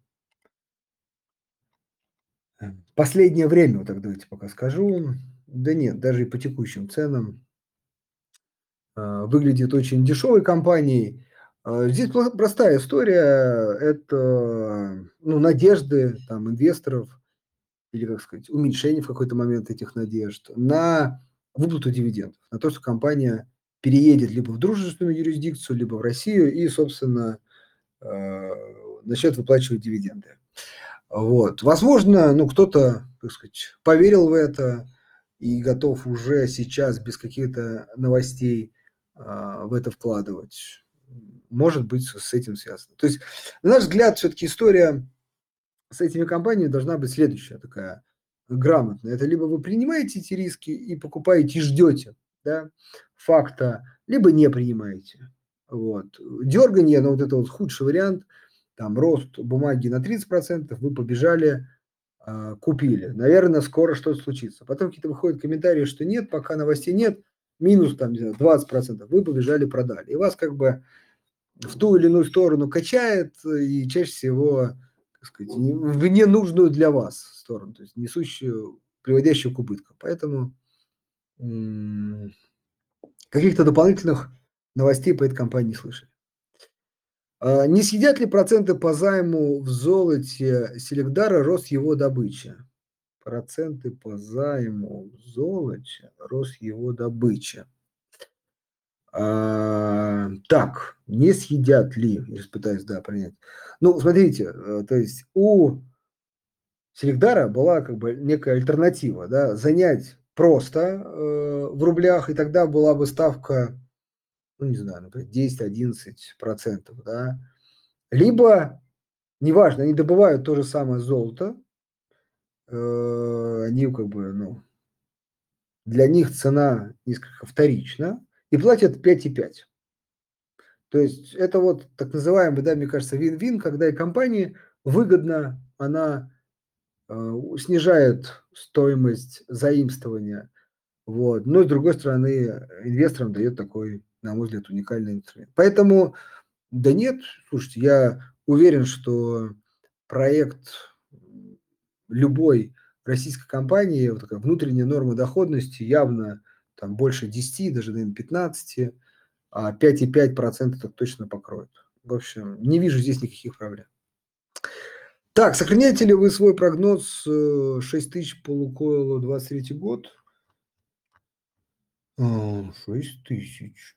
последнее время, вот так давайте пока скажу, да нет, даже и по текущим ценам выглядит очень дешевой компанией. Здесь простая история, это ну, надежды там, инвесторов или, как сказать, уменьшение в какой-то момент этих надежд на выплату дивидендов, на то, что компания переедет либо в дружественную юрисдикцию, либо в Россию и, собственно, начнет выплачивать дивиденды. Вот. Возможно, ну, кто-то, так сказать, поверил в это и готов уже сейчас без каких-то новостей в это вкладывать. Может быть, с этим связано. То есть, на наш взгляд, все-таки история с этими компаниями должна быть следующая такая грамотная. Это либо вы принимаете эти риски и покупаете и ждете, да, факта, либо не принимаете. Вот. Дерганье, но вот это вот худший вариант, там рост бумаги на 30%, вы побежали, купили. Наверное, скоро что-то случится. Потом какие-то выходят комментарии, что нет, пока новостей нет, минус там, не знаю, 20%, вы побежали, продали. И вас как бы в ту или иную сторону качает, и чаще всего, так сказать, в ненужную для вас сторону, то есть несущую, приводящую к убыткам. Поэтому каких-то дополнительных новостей по этой компании не слышали. Не съедят ли проценты по займу в золоте Селегдара рост его добычи? Проценты по займу в золоте, рост его добычи. Так, не съедят ли, я сейчас пытаюсь, да, принять. Ну, смотрите, то есть у Селегдара была как бы некая альтернатива, да, занять просто в рублях, и тогда была бы ставка, ну, не знаю, например, 10-11%, да. Либо, неважно, они добывают то же самое золото, они как бы, ну, для них цена несколько вторична, и платят 5,5. То есть это вот так называемый, да, мне кажется, вин-вин, когда и компании выгодно, она снижает стоимость заимствования, вот, но с другой стороны инвесторам дает такой, на мой взгляд, уникальный инструмент. Поэтому, да нет, слушайте, я уверен, что проект любой российской компании, вот такая внутренняя норма доходности явно там больше 10, даже, наверное, 15, а 5,5% так точно покроет. В общем, не вижу здесь никаких проблем. Так, сохраняете ли вы свой прогноз 6 тысяч по Лукойлу 23 год? 6 тысяч.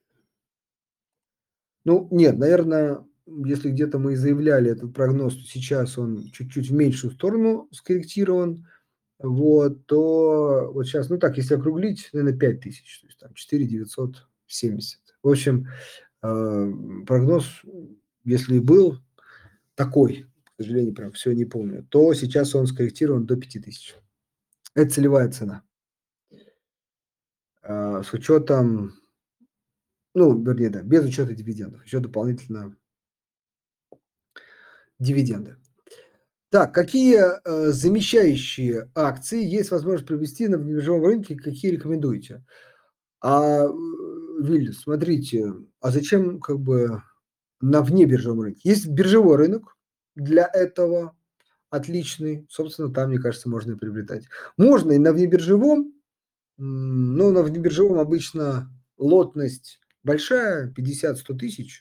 Ну, нет, наверное, если где-то мы и заявляли этот прогноз, то сейчас он чуть-чуть в меньшую сторону скорректирован. Вот, то вот сейчас, ну так, если округлить, наверное, 5 тысяч, то есть там 4 970. В общем, прогноз, если и был такой, к сожалению, прям все не помню, то сейчас он скорректирован до 5000. Это целевая цена. С учетом, ну, вернее, да, без учета дивидендов, еще дополнительно дивиденды. Так, какие замещающие акции есть возможность приобрести на биржевом рынке, какие рекомендуете? Виль, смотрите, а зачем как бы на внебиржевом рынке? Есть биржевой рынок для этого отличный, собственно, там, мне кажется, можно и приобретать. Можно и на внебиржевом, но на внебиржевом обычно лотность большая, 50-100 тысяч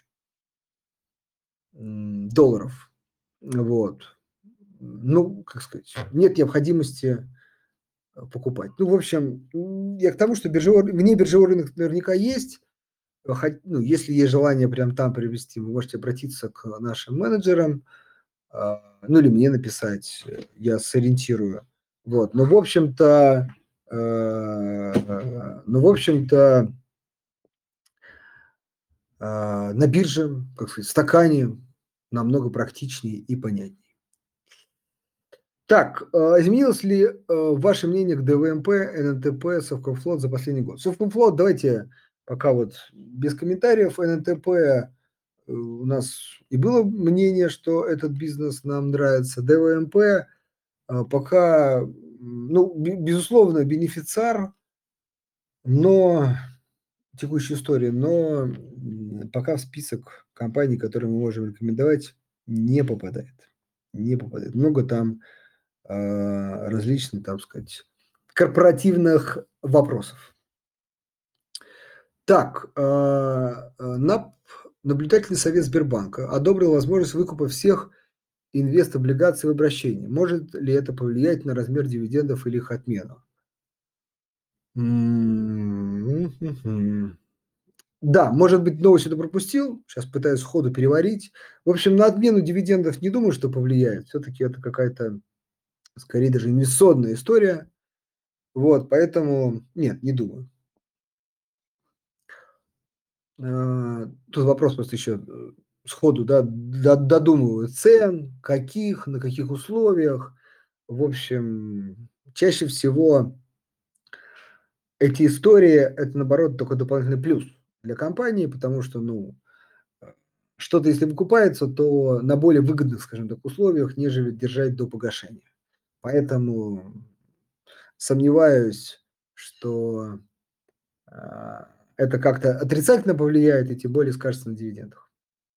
долларов. Вот. Ну, как сказать, нет необходимости покупать. Ну, в общем, я к тому, что вне биржевой рынок наверняка есть. Ну, если есть желание прям там приобрести, вы можете обратиться к нашим менеджерам, ну или мне написать, я сориентирую. Вот. Но, в общем-то, на бирже, как сказать, в стакане намного практичнее и понятнее. Так, изменилось ли ваше мнение к ДВМП, ННТП, Совкомфлот за последний год? Совкомфлот, давайте пока вот без комментариев. ННТП у нас и было мнение, что этот бизнес нам нравится. ДВМП пока, ну, безусловно, бенефициар, но текущей истории, но пока в список компаний, которые мы можем рекомендовать, не попадает. Не попадает. Много там различных, так сказать, корпоративных вопросов. Так, наблюдательный совет Сбербанка одобрил возможность выкупа всех инвест-облигаций в обращении. Может ли это повлиять на размер дивидендов или их отмену? М-м-м. Да, может быть, новость это пропустил, сейчас пытаюсь сходу переварить. В общем, на отмену дивидендов не думаю, что повлияет. Все-таки это какая-то, скорее даже инвестиционная история. Вот, поэтому нет, не думаю. Тут вопрос просто еще сходу, да, додумываю цен, каких, на каких условиях. В общем, чаще всего эти истории – это, наоборот, только дополнительный плюс для компании, потому что, ну, э, что-то, если выкупается, то на более выгодных, скажем так, условиях, нежели держать до погашения. Поэтому сомневаюсь, что это как-то отрицательно повлияет и тем более скажется на дивидендах.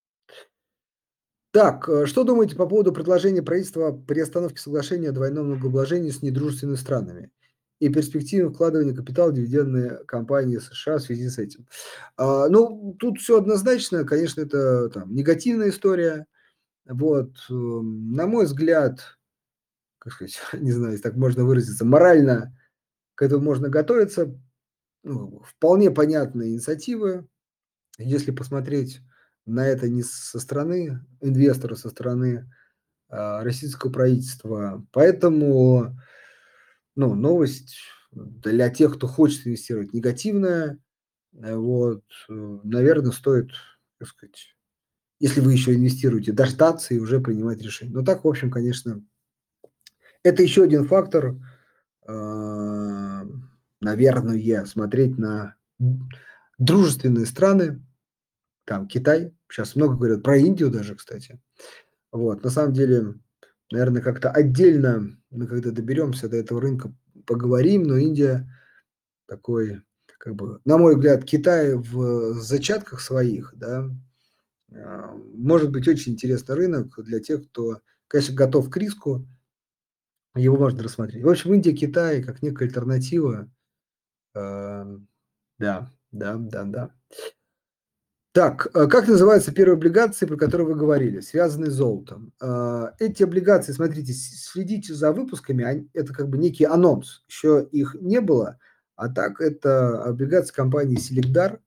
Так, что думаете по поводу предложения правительства приостановки соглашения о двойном налогообложении с недружественными странами и перспективы вкладывания капитала в дивидендные компании США в связи с этим? Ну, тут все однозначно, конечно, это там негативная история. Вот, на мой взгляд, как сказать, не знаю, если так можно выразиться, морально к этому можно готовиться. Ну, вполне понятные инициативы. Если посмотреть на это не со стороны инвестора, со стороны российского правительства. Поэтому, ну, новость для тех, кто хочет инвестировать, негативная. Вот, наверное, стоит, так сказать, если вы еще инвестируете, дождаться и уже принимать решение. Но так, в общем, конечно, это еще один фактор, а, наверное, смотреть на дружественные страны, там Китай, сейчас много говорят про Индию даже, кстати. Вот, на самом деле, наверное, как-то отдельно мы когда доберемся до этого рынка, поговорим, но Индия такой, как бы, на мой взгляд, Китай в зачатках своих, да, может быть очень интересный рынок для тех, кто, конечно, готов к риску, его можно рассмотреть. В общем, Индия, Китай как некая альтернатива, да, да, да, да. Так, как называются первые облигации, про которые вы говорили, связанные с золотом? Эти облигации, смотрите, следите за выпусками, это как бы некий анонс, еще их не было, а так это облигации компании Селигдар.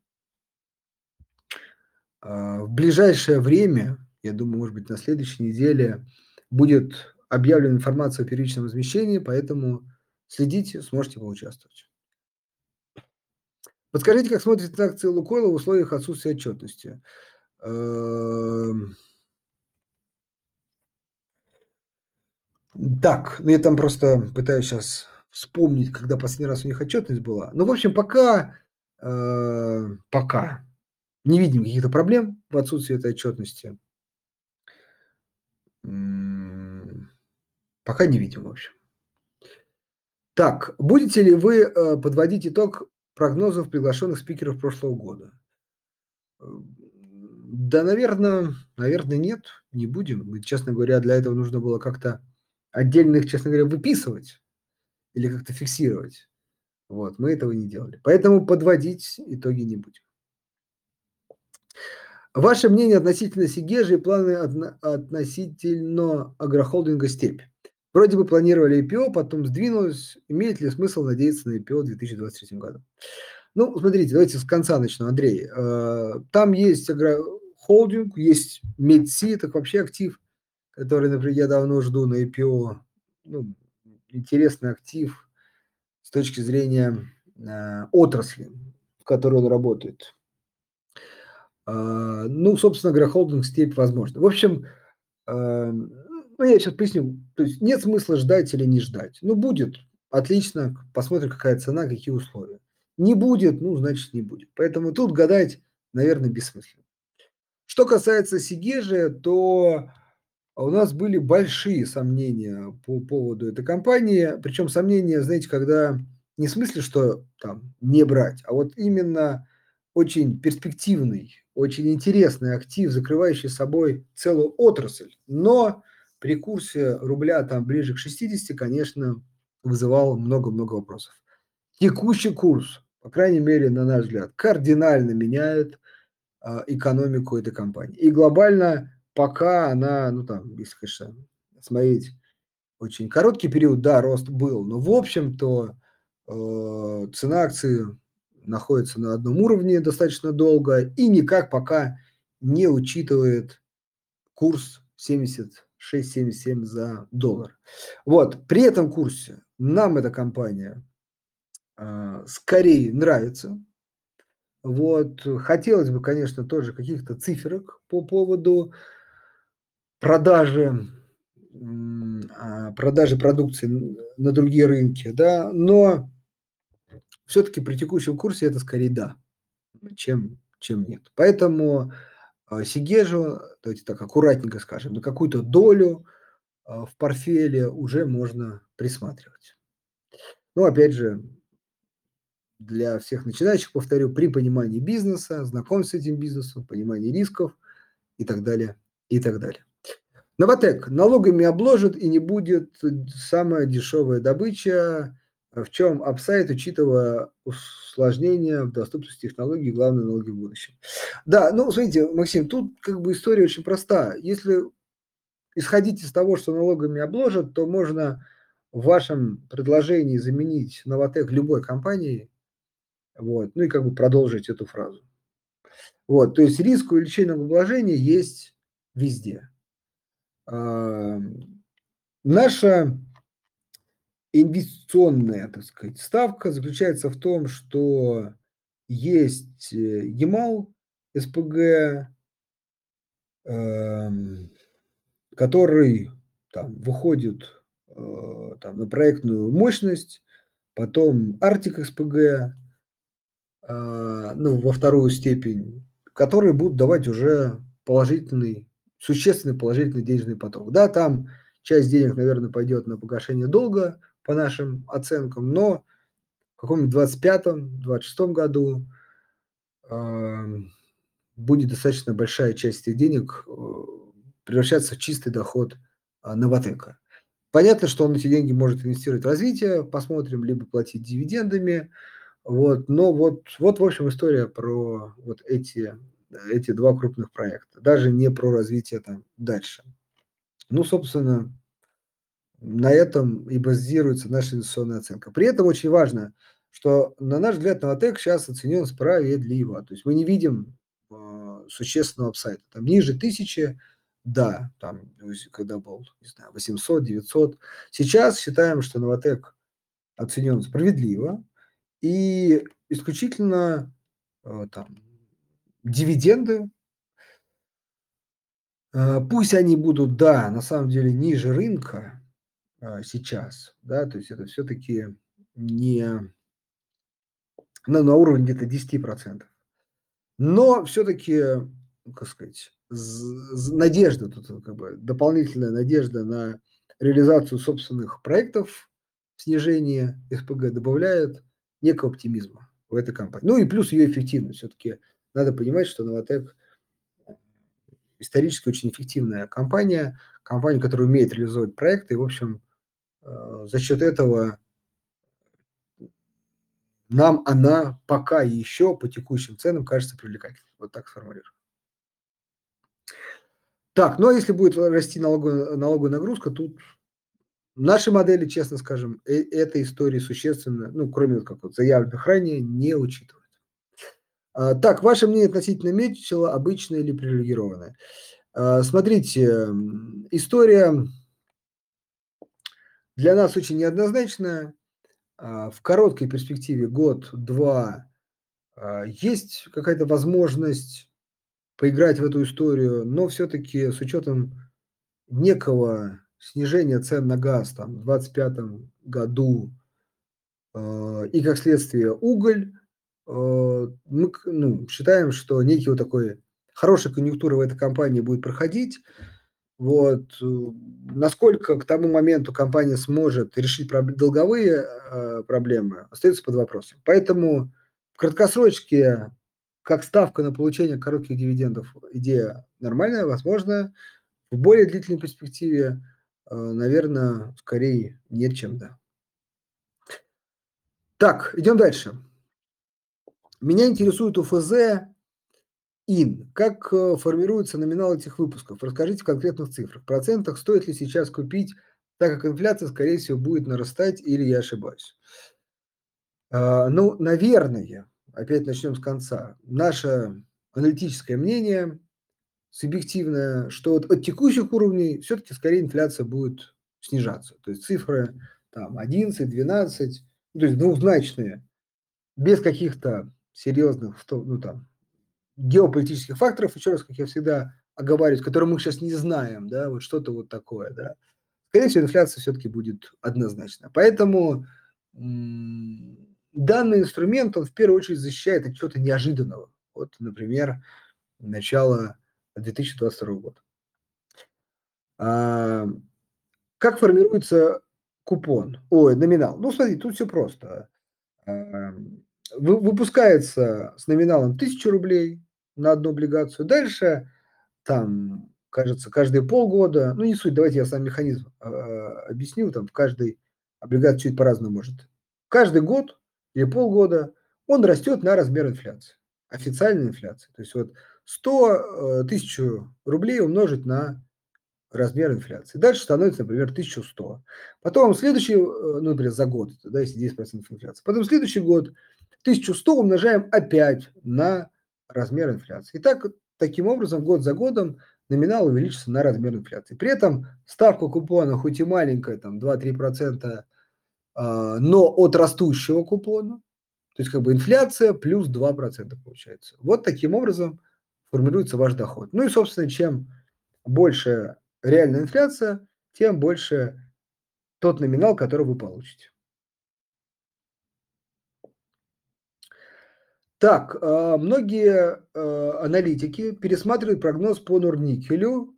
В ближайшее время, я думаю, может быть, на следующей неделе будет объявлена информация о первичном размещении, поэтому следите, сможете поучаствовать. Подскажите, как смотрится акции Лукойла в условиях отсутствия отчетности? Эм, Так, ну я там просто пытаюсь сейчас вспомнить, когда последний раз у них отчетность была. Ну, в общем, пока не видим каких-то проблем в отсутствии этой отчетности. М, Пока не видим, в общем. Так, будете ли вы подводить итог прогнозов приглашенных спикеров прошлого года? Да, наверное, нет, не будем. Честно говоря, для этого нужно было как-то отдельно их, честно говоря, выписывать или как-то фиксировать. Вот, мы этого не делали. Поэтому подводить итоги не будем. Ваше мнение относительно Сигежи и планы относительно агрохолдинга «Степь»? Вроде бы планировали IPO, потом сдвинулось. Имеет ли смысл надеяться на IPO в 2023 году? Ну, смотрите, давайте с конца начну, Андрей. Там есть агрохолдинг, есть Медси, так вообще актив, который, например, я давно жду на IPO. Ну, интересный актив с точки зрения отрасли, в которой он работает. Ну, собственно говоря, холдинг степь возможно. В общем, ну, я сейчас поясню. То есть нет смысла ждать или не ждать. Ну, будет, отлично, посмотрим, какая цена, какие условия. Не будет, ну, значит, не будет. Поэтому тут гадать, наверное, бессмысленно. Что касается Сигежи, то у нас были большие сомнения по поводу этой компании. Причем сомнения, знаете, когда не в смысле, что там не брать, а вот именно очень перспективный, очень интересный актив, закрывающий собой целую отрасль. Но при курсе рубля там ближе к 60, конечно, вызывал много-много вопросов. Текущий курс, по крайней мере, на наш взгляд, кардинально меняет экономику этой компании. И глобально пока она, ну там, если, конечно, смотреть очень короткий период, да, рост был, но в общем-то цена акции находится на одном уровне достаточно долго и никак пока не учитывает курс 76-77 за доллар. Вот, при этом курсе нам эта компания скорее нравится. Вот, хотелось бы, конечно, тоже каких-то циферок по поводу продажи, продажи продукции на другие рынки, да, но все-таки при текущем курсе это скорее да, чем нет. Поэтому Сигежу, давайте так аккуратненько скажем, на какую-то долю в портфеле уже можно присматривать. Но опять же, для всех начинающих, повторю, при понимании бизнеса, знакомстве с этим бизнесом, понимании рисков и так далее, и так далее. Новатэк налогами обложат и не будет самая дешевая добыча. В чем апсайд, учитывая усложнения в доступности технологий и главные налоги в будущем? Да, ну, смотрите, Максим, тут как бы история очень проста. Если исходить из того, что налогами обложат, то можно в вашем предложении заменить Новатэк любой компанией, вот, ну и как бы продолжить эту фразу. Вот, то есть риск увеличения налогообложения есть везде. Наша инвестиционная, так сказать, ставка заключается в том, что есть Ямал, СПГ, который там выходит там, на проектную мощность, потом Арктик СПГ, ну, во вторую степень, которые будут давать уже положительный, существенный положительный денежный поток. Да, там часть денег, наверное, пойдет на погашение долга, по нашим оценкам, но в каком-нибудь 25-26 году будет достаточно большая часть этих денег превращаться в чистый доход Новатэка. Понятно, что он эти деньги может инвестировать в развитие, посмотрим, либо платить дивидендами, вот, но вот, в общем, история про вот эти два крупных проекта, даже не про развитие там дальше. Ну, собственно, на этом и базируется наша инвестиционная оценка. При этом очень важно, что, на наш взгляд, Новатэк сейчас оценен справедливо. То есть мы не видим существенного апсайда. Там ниже 1000, да, там, когда был, не знаю, 800, 900. Сейчас считаем, что Новатэк оценен справедливо, и исключительно там дивиденды, пусть они будут, да, на самом деле ниже рынка сейчас, да, то есть это все-таки не на уровне где-то 10%. Но все-таки, ну, как сказать, надежда, тут как бы дополнительная надежда на реализацию собственных проектов, снижение СПГ добавляет некого оптимизма в этой компании. Ну и плюс ее эффективность. Все-таки надо понимать, что Новатэк исторически очень эффективная компания, компания, которая умеет реализовывать проекты, и, в общем, за счет этого нам она пока еще по текущим ценам кажется привлекательной. Вот так сформулирую. Так, ну а если будет расти налоговая нагрузка, тут наши модели, честно скажем, этой истории существенно, ну, кроме как вот заявленных ранее, не учитывают. Так, ваше мнение относительно Мечела, обычное или привилегированное? Смотрите, история для нас очень неоднозначная. В короткой перспективе год-два есть какая-то возможность поиграть в эту историю, но все-таки с учетом некого снижения цен на газ там, в 2025 году и, как следствие, уголь, мы считаем, что некий вот такой хорошая конъюнктура в этой компании будет проходить. Вот. Насколько к тому моменту компания сможет решить долговые проблемы, остается под вопросом. Поэтому в краткосрочке, как ставка на получение коротких дивидендов, идея нормальная, возможно. В более длительной перспективе, наверное, скорее нет, чем да. Так, идем дальше. Меня интересует УФЗ ин. Как формируется номинал этих выпусков? Расскажите в конкретных цифрах. В процентах стоит ли сейчас купить, так как инфляция, скорее всего, будет нарастать, или я ошибаюсь? Ну, наверное, опять начнем с конца. Наше аналитическое мнение, субъективное, что вот от текущих уровней все-таки скорее инфляция будет снижаться. То есть цифры там 11, 12, то есть двухзначные, без каких-то серьезных геополитических факторов, еще раз, как я всегда оговариваюсь, которые мы сейчас не знаем, да, вот что-то вот такое, да. Скорее всего, инфляция все-таки будет однозначно. Поэтому данный инструмент, он в первую очередь защищает от чего-то неожиданного. Вот, например, начало 2022 года. Как формируется купон? Ой, номинал. Ну, смотри, тут все просто. Выпускается с номиналом 1000 рублей на одну облигацию. Дальше там, кажется, каждые полгода, ну не суть, давайте я сам механизм объясню, там в каждой облигации чуть по-разному может. Каждый год или полгода он растет на размер инфляции, официальной инфляции. То есть вот 100 тысяч рублей умножить на размер инфляции. Дальше становится, например, 1100. Потом следующий, ну, например, за год, да, если 10% инфляции. Потом следующий год 1100 умножаем опять на размер инфляции. И так, таким образом, год за годом номинал увеличится на размер инфляции. При этом ставка купона хоть и маленькая, там 2-3%, но от растущего купона, то есть как бы инфляция плюс 2% получается. Вот таким образом формируется ваш доход. Ну и, собственно, чем больше реальная инфляция, тем больше тот номинал, который вы получите. Так, многие аналитики пересматривают прогноз по Норникелю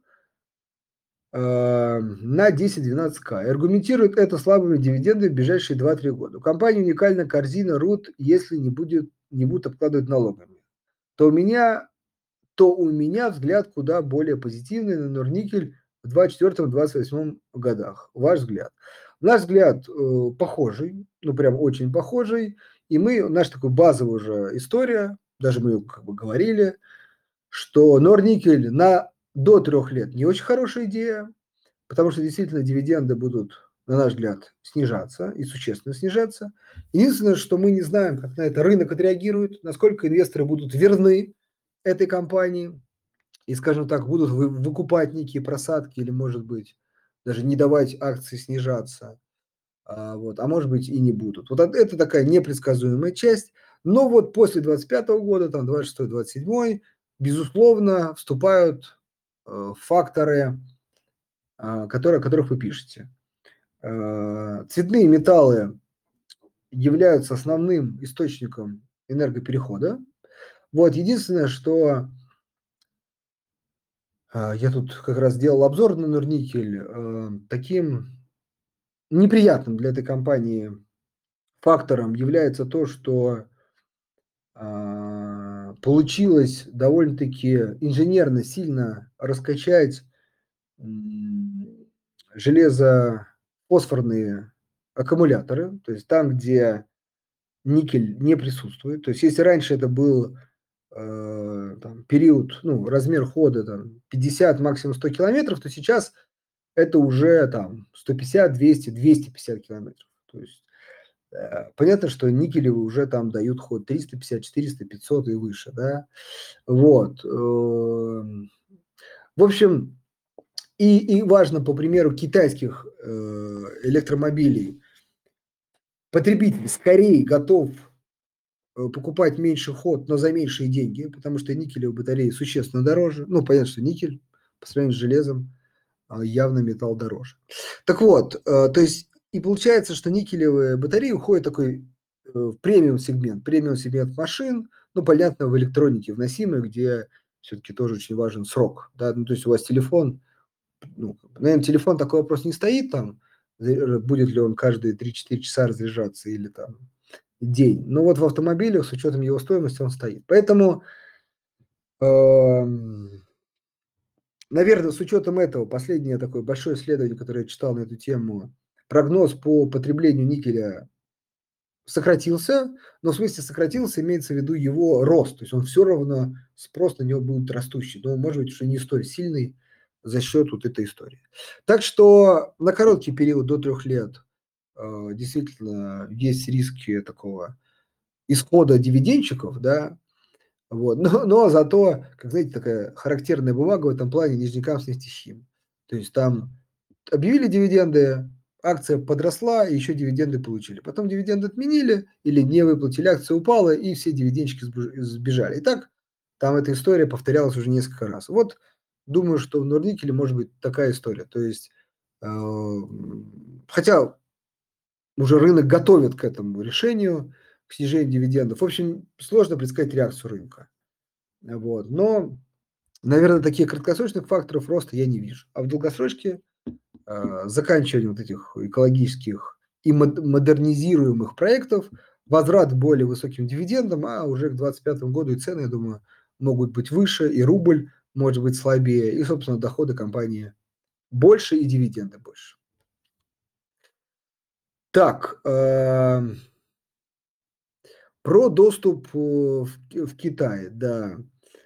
на 10-12К и аргументируют это слабыми дивидендами в ближайшие 2-3 года. У компании уникальная корзина РУТ, если не будут обкладывать налогами. То у меня взгляд куда более позитивный на Норникель в 2024-2028 годах. Ваш взгляд? Наш взгляд похожий, ну прям очень похожий. И наша такая базовая уже история, даже мы как бы говорили, что Норникель до 3 лет не очень хорошая идея, потому что действительно дивиденды будут, на наш взгляд, снижаться и существенно снижаться. Единственное, что мы не знаем, как на это рынок отреагирует, насколько инвесторы будут верны этой компании и, скажем так, будут выкупать некие просадки или, может быть, даже не давать акции снижаться, а может быть и не будут. Вот это такая непредсказуемая часть. Но вот после 2025 года, там 26-27, безусловно, вступают факторы, о которых вы пишете. Цветные металлы являются основным источником энергоперехода. Вот единственное, что я тут как раз делал обзор на Норникель. Таким неприятным для этой компании фактором является то, что получилось довольно-таки инженерно сильно раскачать железо-фосфорные аккумуляторы, то есть там, где никель не присутствует. То есть если раньше это был период, ну, размер хода там, 50, максимум 100 километров, то сейчас это уже там 150, 200, 250 километров. То есть понятно, что никелевые уже там дают ход 350, 400, 500 и выше, да. Вот. В общем, и важно, по примеру китайских электромобилей, потребитель скорее готов покупать меньший ход, но за меньшие деньги, потому что никелевые батареи существенно дороже. Ну, понятно, что никель по сравнению с железом явно металл дороже. Так вот, то есть и получается, что никелевые батареи уходят такой в премиум сегмент машин, ну, понятно, в электронике вносимые, где все-таки тоже очень важен срок. Да? Ну, то есть у вас телефон, ну, наверное, телефон такой вопрос не стоит там, будет ли он каждые 3-4 часа разряжаться или там день. Но вот в автомобилях с учетом его стоимости он стоит. Поэтому, наверное, с учетом этого, последнее такое большое исследование, которое я читал на эту тему, прогноз по потреблению никеля сократился, но в смысле сократился, имеется в виду его рост, то есть он все равно, спрос на него будет растущий, но может быть уже не столь сильный за счет вот этой истории. Так что на короткий период до 3 лет действительно есть риски такого исхода дивидендчиков, да, вот, но зато, как знаете, такая характерная бумага в этом плане нижнекамский хим. То есть там объявили дивиденды, акция подросла, и еще дивиденды получили. Потом дивиденды отменили или не выплатили, акция упала, и все дивидендчики сбежали. И так там эта история повторялась уже несколько раз. Вот думаю, что в Норникеле может быть такая история. То есть, хотя уже рынок готовит к этому решению, к снижению дивидендов. В общем, сложно предсказать реакцию рынка. Вот. Но, наверное, таких краткосрочных факторов роста я не вижу. А в долгосрочке заканчивание вот этих экологических и модернизируемых проектов, возврат к более высоким дивидендам, а уже к 2025 году и цены, я думаю, могут быть выше, и рубль может быть слабее, и, собственно, доходы компании больше, и дивиденды больше. Так, про доступ в Китай, да.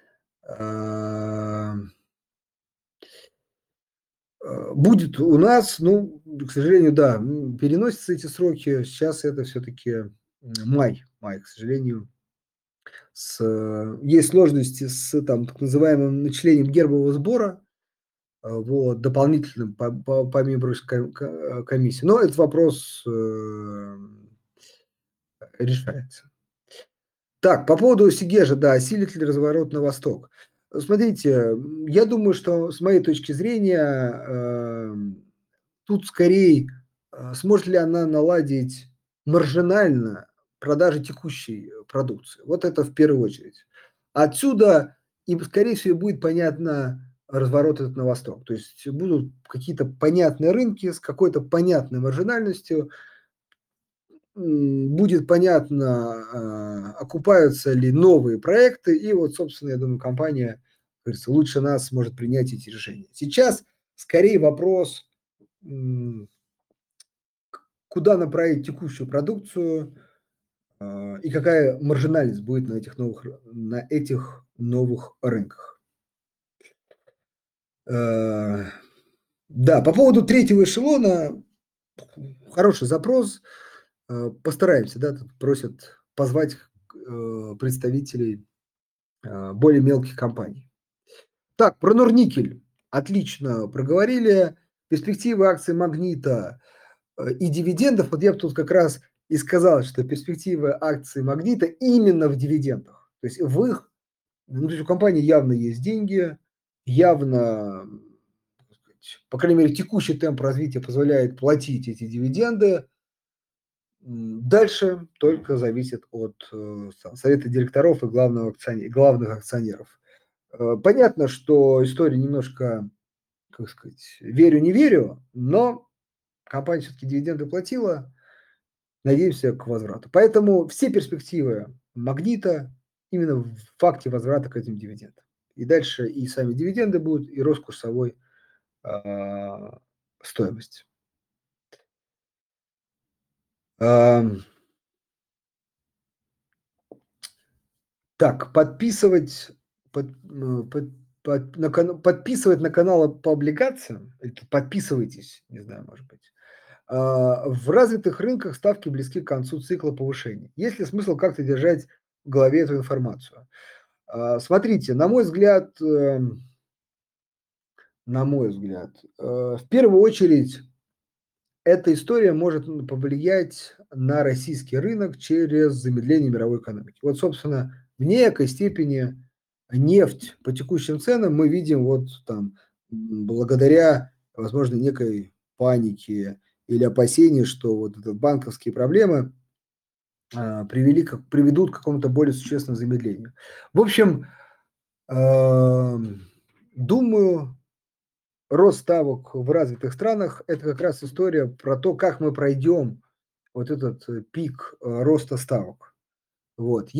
Будет у нас, ну, к сожалению, да, переносятся эти сроки. Сейчас это все-таки май, к сожалению. Есть сложности с там, так называемым начислением гербового сбора, вот, дополнительным, помимо прочей комиссии. Но этот вопрос решается. Так, по поводу Сигежа, да, осилит ли разворот на восток? Смотрите, я думаю, что с моей точки зрения тут скорее сможет ли она наладить маржинально продажи текущей продукции. Вот это в первую очередь. Отсюда и, скорее всего, будет понятно разворот этот на восток. То есть будут какие-то понятные рынки с какой-то понятной маржинальностью, будет понятно, окупаются ли новые проекты, и вот, собственно, я думаю, компания, как говорится, лучше нас сможет принять эти решения. Сейчас скорее вопрос, куда направить текущую продукцию и какая маржинальность будет на этих новых рынках. Да, по поводу третьего эшелона, хороший запрос. Постараемся, да, тут просят позвать представителей более мелких компаний. Так, про Норникель. Отлично проговорили. Перспективы акций Магнита и дивидендов. Вот я бы тут как раз и сказал, что перспективы акций Магнита именно в дивидендах. То есть в их, ну, то есть у компании явно есть деньги, явно, так сказать, по крайней мере, текущий темп развития позволяет платить эти дивиденды. Дальше только зависит от совета директоров и главных акционеров. Понятно, что история немножко, как сказать, верю, не верю, но компания все-таки дивиденды платила, надеемся к возврату. Поэтому все перспективы Магнита именно в факте возврата к этим дивидендам. И дальше и сами дивиденды будут, и рост курсовой стоимости. Так, подписывать на каналы по облигациям, подписывайтесь, не знаю, может быть. В развитых рынках ставки близки к концу цикла повышения. Есть ли смысл как-то держать в голове эту информацию? Смотрите, на мой взгляд, в первую очередь эта история может повлиять на российский рынок через замедление мировой экономики. Вот, собственно, в некой степени нефть по текущим ценам мы видим вот там благодаря, возможно, некой панике или опасении, что вот это банковские проблемы приведут к какому-то более существенному замедлению. В общем, думаю, рост ставок в развитых странах – это как раз история про то, как мы пройдем вот этот пик роста ставок. Вот.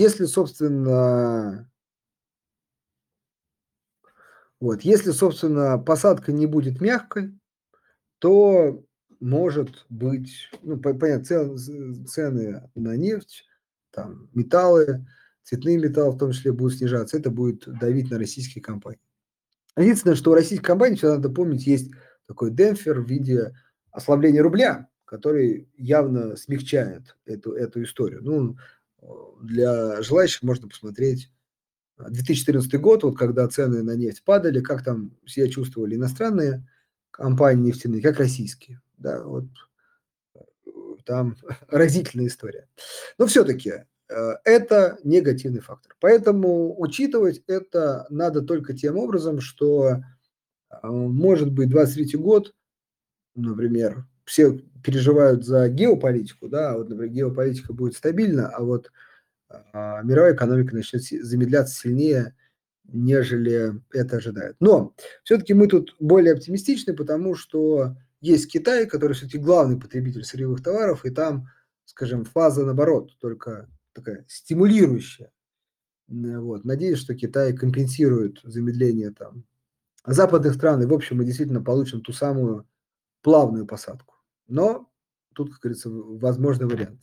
Если, собственно, посадка не будет мягкой, то может быть, ну, понятно, цены на нефть, там, металлы, цветные металлы в том числе будут снижаться. Это будет давить на российские компании. Единственное, что у российских компаний, всегда надо помнить, есть такой демпфер в виде ослабления рубля, который явно смягчает эту историю. Ну, для желающих можно посмотреть 2014 год, вот когда цены на нефть падали, как там себя чувствовали иностранные компании нефтяные, как российские. Да, вот там разительная история. Но все-таки это негативный фактор. Поэтому учитывать это надо только тем образом, что может быть 23 год, например, все переживают за геополитику, да, вот, например, геополитика будет стабильна, а вот мировая экономика начнет замедляться сильнее, нежели это ожидают. Но все-таки мы тут более оптимистичны, потому что есть Китай, который все-таки главный потребитель сырьевых товаров, и там, скажем, фаза наоборот, только такая стимулирующая. Вот. Надеюсь, что Китай компенсирует замедление там западных стран, и в общем мы действительно получим ту самую плавную посадку. Но тут, как говорится, возможны варианты.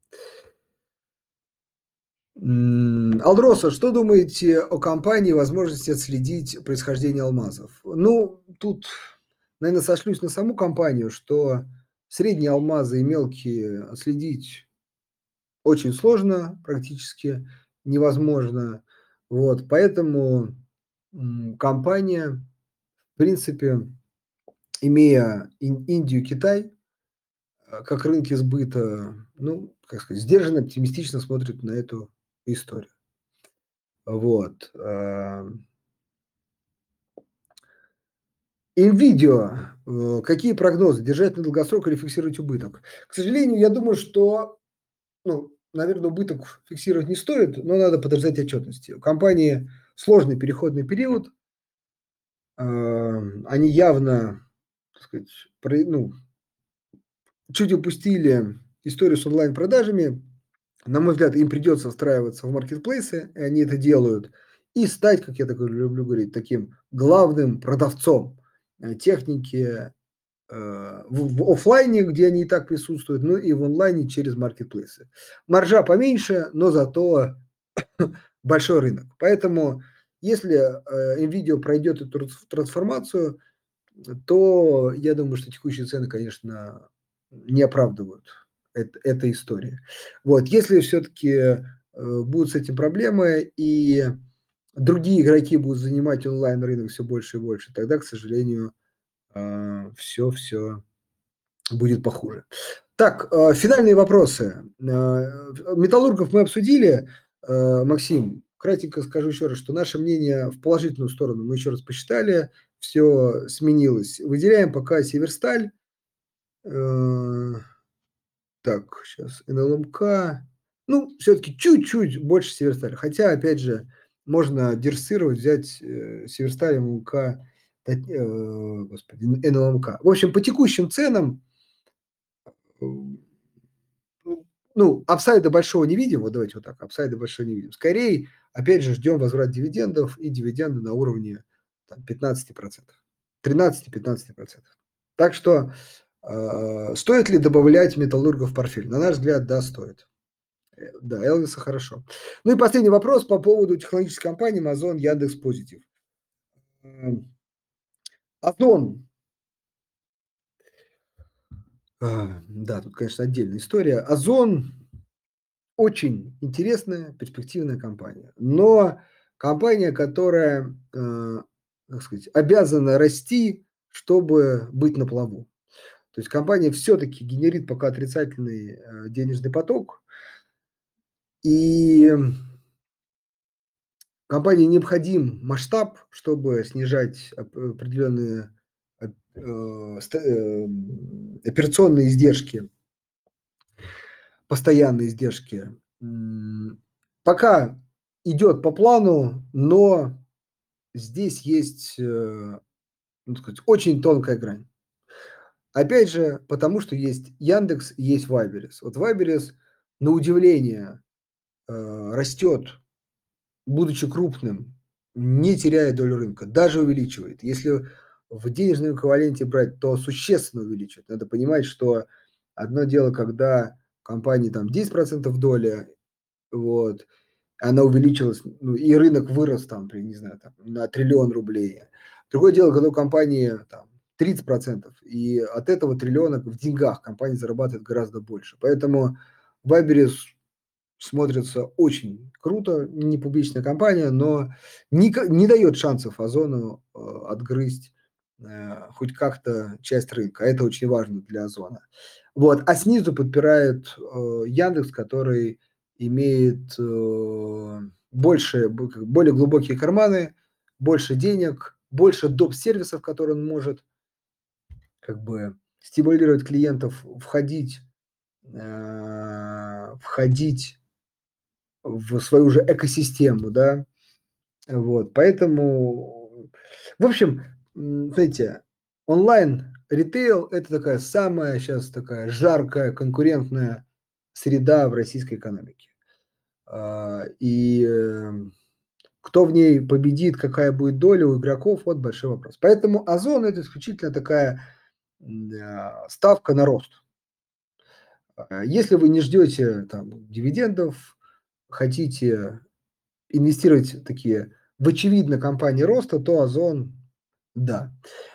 Алдроса, что думаете о компании, возможности отследить происхождение алмазов? Ну, тут, наверное, сошлюсь на саму компанию, что средние алмазы и мелкие отследить очень сложно, практически невозможно. Вот, поэтому компания, в принципе, имея Индию, Китай, как рынки сбыта, ну, как сказать, сдержанно, оптимистично смотрит на эту историю. Вот. NVIDIA, какие прогнозы? Держать на долгосрок или фиксировать убыток? К сожалению, я думаю, что, ну, наверное, убыток фиксировать не стоит, но надо подождать отчетности. У компании сложный переходный период. Они явно, так сказать, чуть упустили историю с онлайн-продажами. На мой взгляд, им придется встраиваться в маркетплейсы, и они это делают, и стать, как я такой люблю говорить, таким главным продавцом техники в офлайне, где они и так присутствуют, ну и в онлайне через маркетплейсы. Маржа поменьше, но зато большой рынок. Поэтому, если NVIDIA пройдет эту трансформацию, то я думаю, что текущие цены, конечно, не оправдывают этой истории. Вот, если все-таки будут с этим проблемы и другие игроки будут занимать онлайн-рынок все больше и больше, тогда, к сожалению, все будет похуже. Так, финальные вопросы. Металлургов мы обсудили. Максим, кратенько скажу еще раз, что наше мнение в положительную сторону мы еще раз посчитали, все сменилось. Выделяем пока Северсталь. Так, сейчас НЛМК. Ну, все-таки чуть-чуть больше Северсталя. Хотя, опять же, можно диверсировать, взять Северсталь, МЛК, господи, НЛМК. В общем, по текущим ценам, ну, апсайда большого не видим, вот давайте вот так, апсайда большого не видим. Скорее, опять же, ждем возврат дивидендов и дивиденды на уровне там, 15%, 13-15%. Так что стоит ли добавлять металлургов в портфель? На наш взгляд, да, стоит. Да, Элвиса хорошо. Ну и последний вопрос по поводу технологической компании Amazon, Яндекс, Позитив. Озон. Да, тут, конечно, отдельная история. Озон очень интересная, перспективная компания. Но компания, которая, как сказать, обязана расти, чтобы быть на плаву. То есть компания все-таки генерит пока отрицательный денежный поток, и компании необходим масштаб, чтобы снижать определенные операционные издержки, постоянные издержки. Пока идет по плану, но здесь есть, ну, сказать, очень тонкая грань. Опять же, потому что есть Яндекс, есть Вайберис. Вот Вайберис, на удивление, растет, будучи крупным, не теряя долю рынка, даже увеличивает. Если в денежном эквиваленте брать, то существенно увеличивает. Надо понимать, что одно дело, когда компании там 10% доли, вот, она увеличилась, ну, и рынок вырос там, не знаю, там, на триллион рублей. Другое дело, когда у компании там 30%, и от этого триллиона в деньгах компания зарабатывает гораздо больше. Поэтому Вайберис смотрится очень круто, не публичная компания, но не дает шансов Озону отгрызть хоть как-то часть рынка. Это очень важно для Озона. Вот. А снизу подпирает Яндекс, который имеет более глубокие карманы, больше денег, больше доп. Сервисов, которые он может как бы стимулировать клиентов входить в свою же экосистему, да. Вот, поэтому, в общем, знаете, онлайн-ритейл – это такая самая сейчас такая жаркая конкурентная среда в российской экономике. И кто в ней победит, какая будет доля у игроков – вот большой вопрос. Поэтому Озон – это исключительно такая ставка на рост. Если вы не ждете там дивидендов, хотите инвестировать такие в очевидно компании роста, то Озон, да.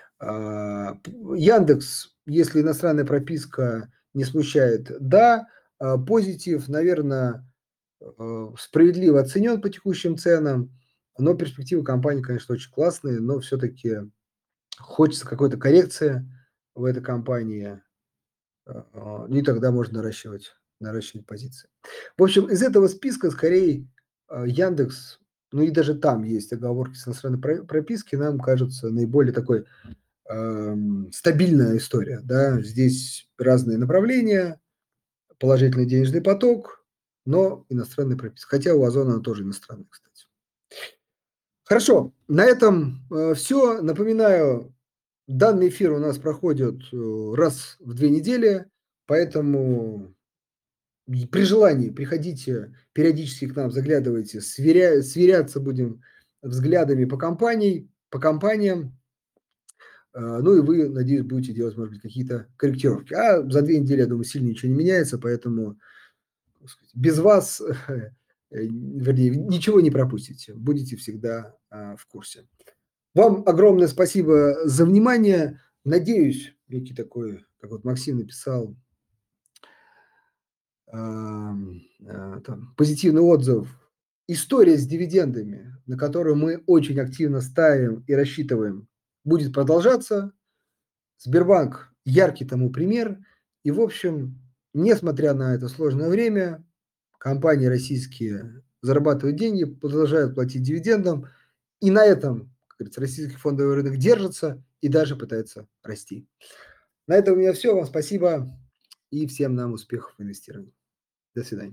Яндекс, если иностранная прописка не смущает, да. Позитив, наверное, справедливо оценен по текущим ценам, но перспективы компании, конечно, очень классные, но все-таки хочется какой-то коррекции в этой компании, и тогда можно наращивать позиции. В общем, из этого списка скорее Яндекс, ну и даже там есть оговорки с иностранной прописки, нам кажется наиболее такой стабильная история. Да? Здесь разные направления, положительный денежный поток, но иностранная прописка. Хотя у Озона она тоже иностранная, кстати. Хорошо, на этом все. Напоминаю, данный эфир у нас проходит раз в 2 недели, поэтому при желании приходите периодически к нам, заглядывайте, сверяться будем взглядами по компаниям. Ну и вы, надеюсь, будете делать, может быть, какие-то корректировки. А за 2 недели, я думаю, сильно ничего не меняется, поэтому без вас, вернее, ничего не пропустите. Будете всегда в курсе. Вам огромное спасибо за внимание. Надеюсь, некий такой, как вот Максим написал, там, позитивный отзыв. История с дивидендами, на которую мы очень активно ставим и рассчитываем, будет продолжаться. Сбербанк – яркий тому пример. И, в общем, несмотря на это сложное время, компании российские зарабатывают деньги, продолжают платить дивидендам. И на этом, как говорится, российский фондовый рынок держится и даже пытается расти. На этом у меня все. Вам спасибо и всем нам успехов в инвестировании. До свидания.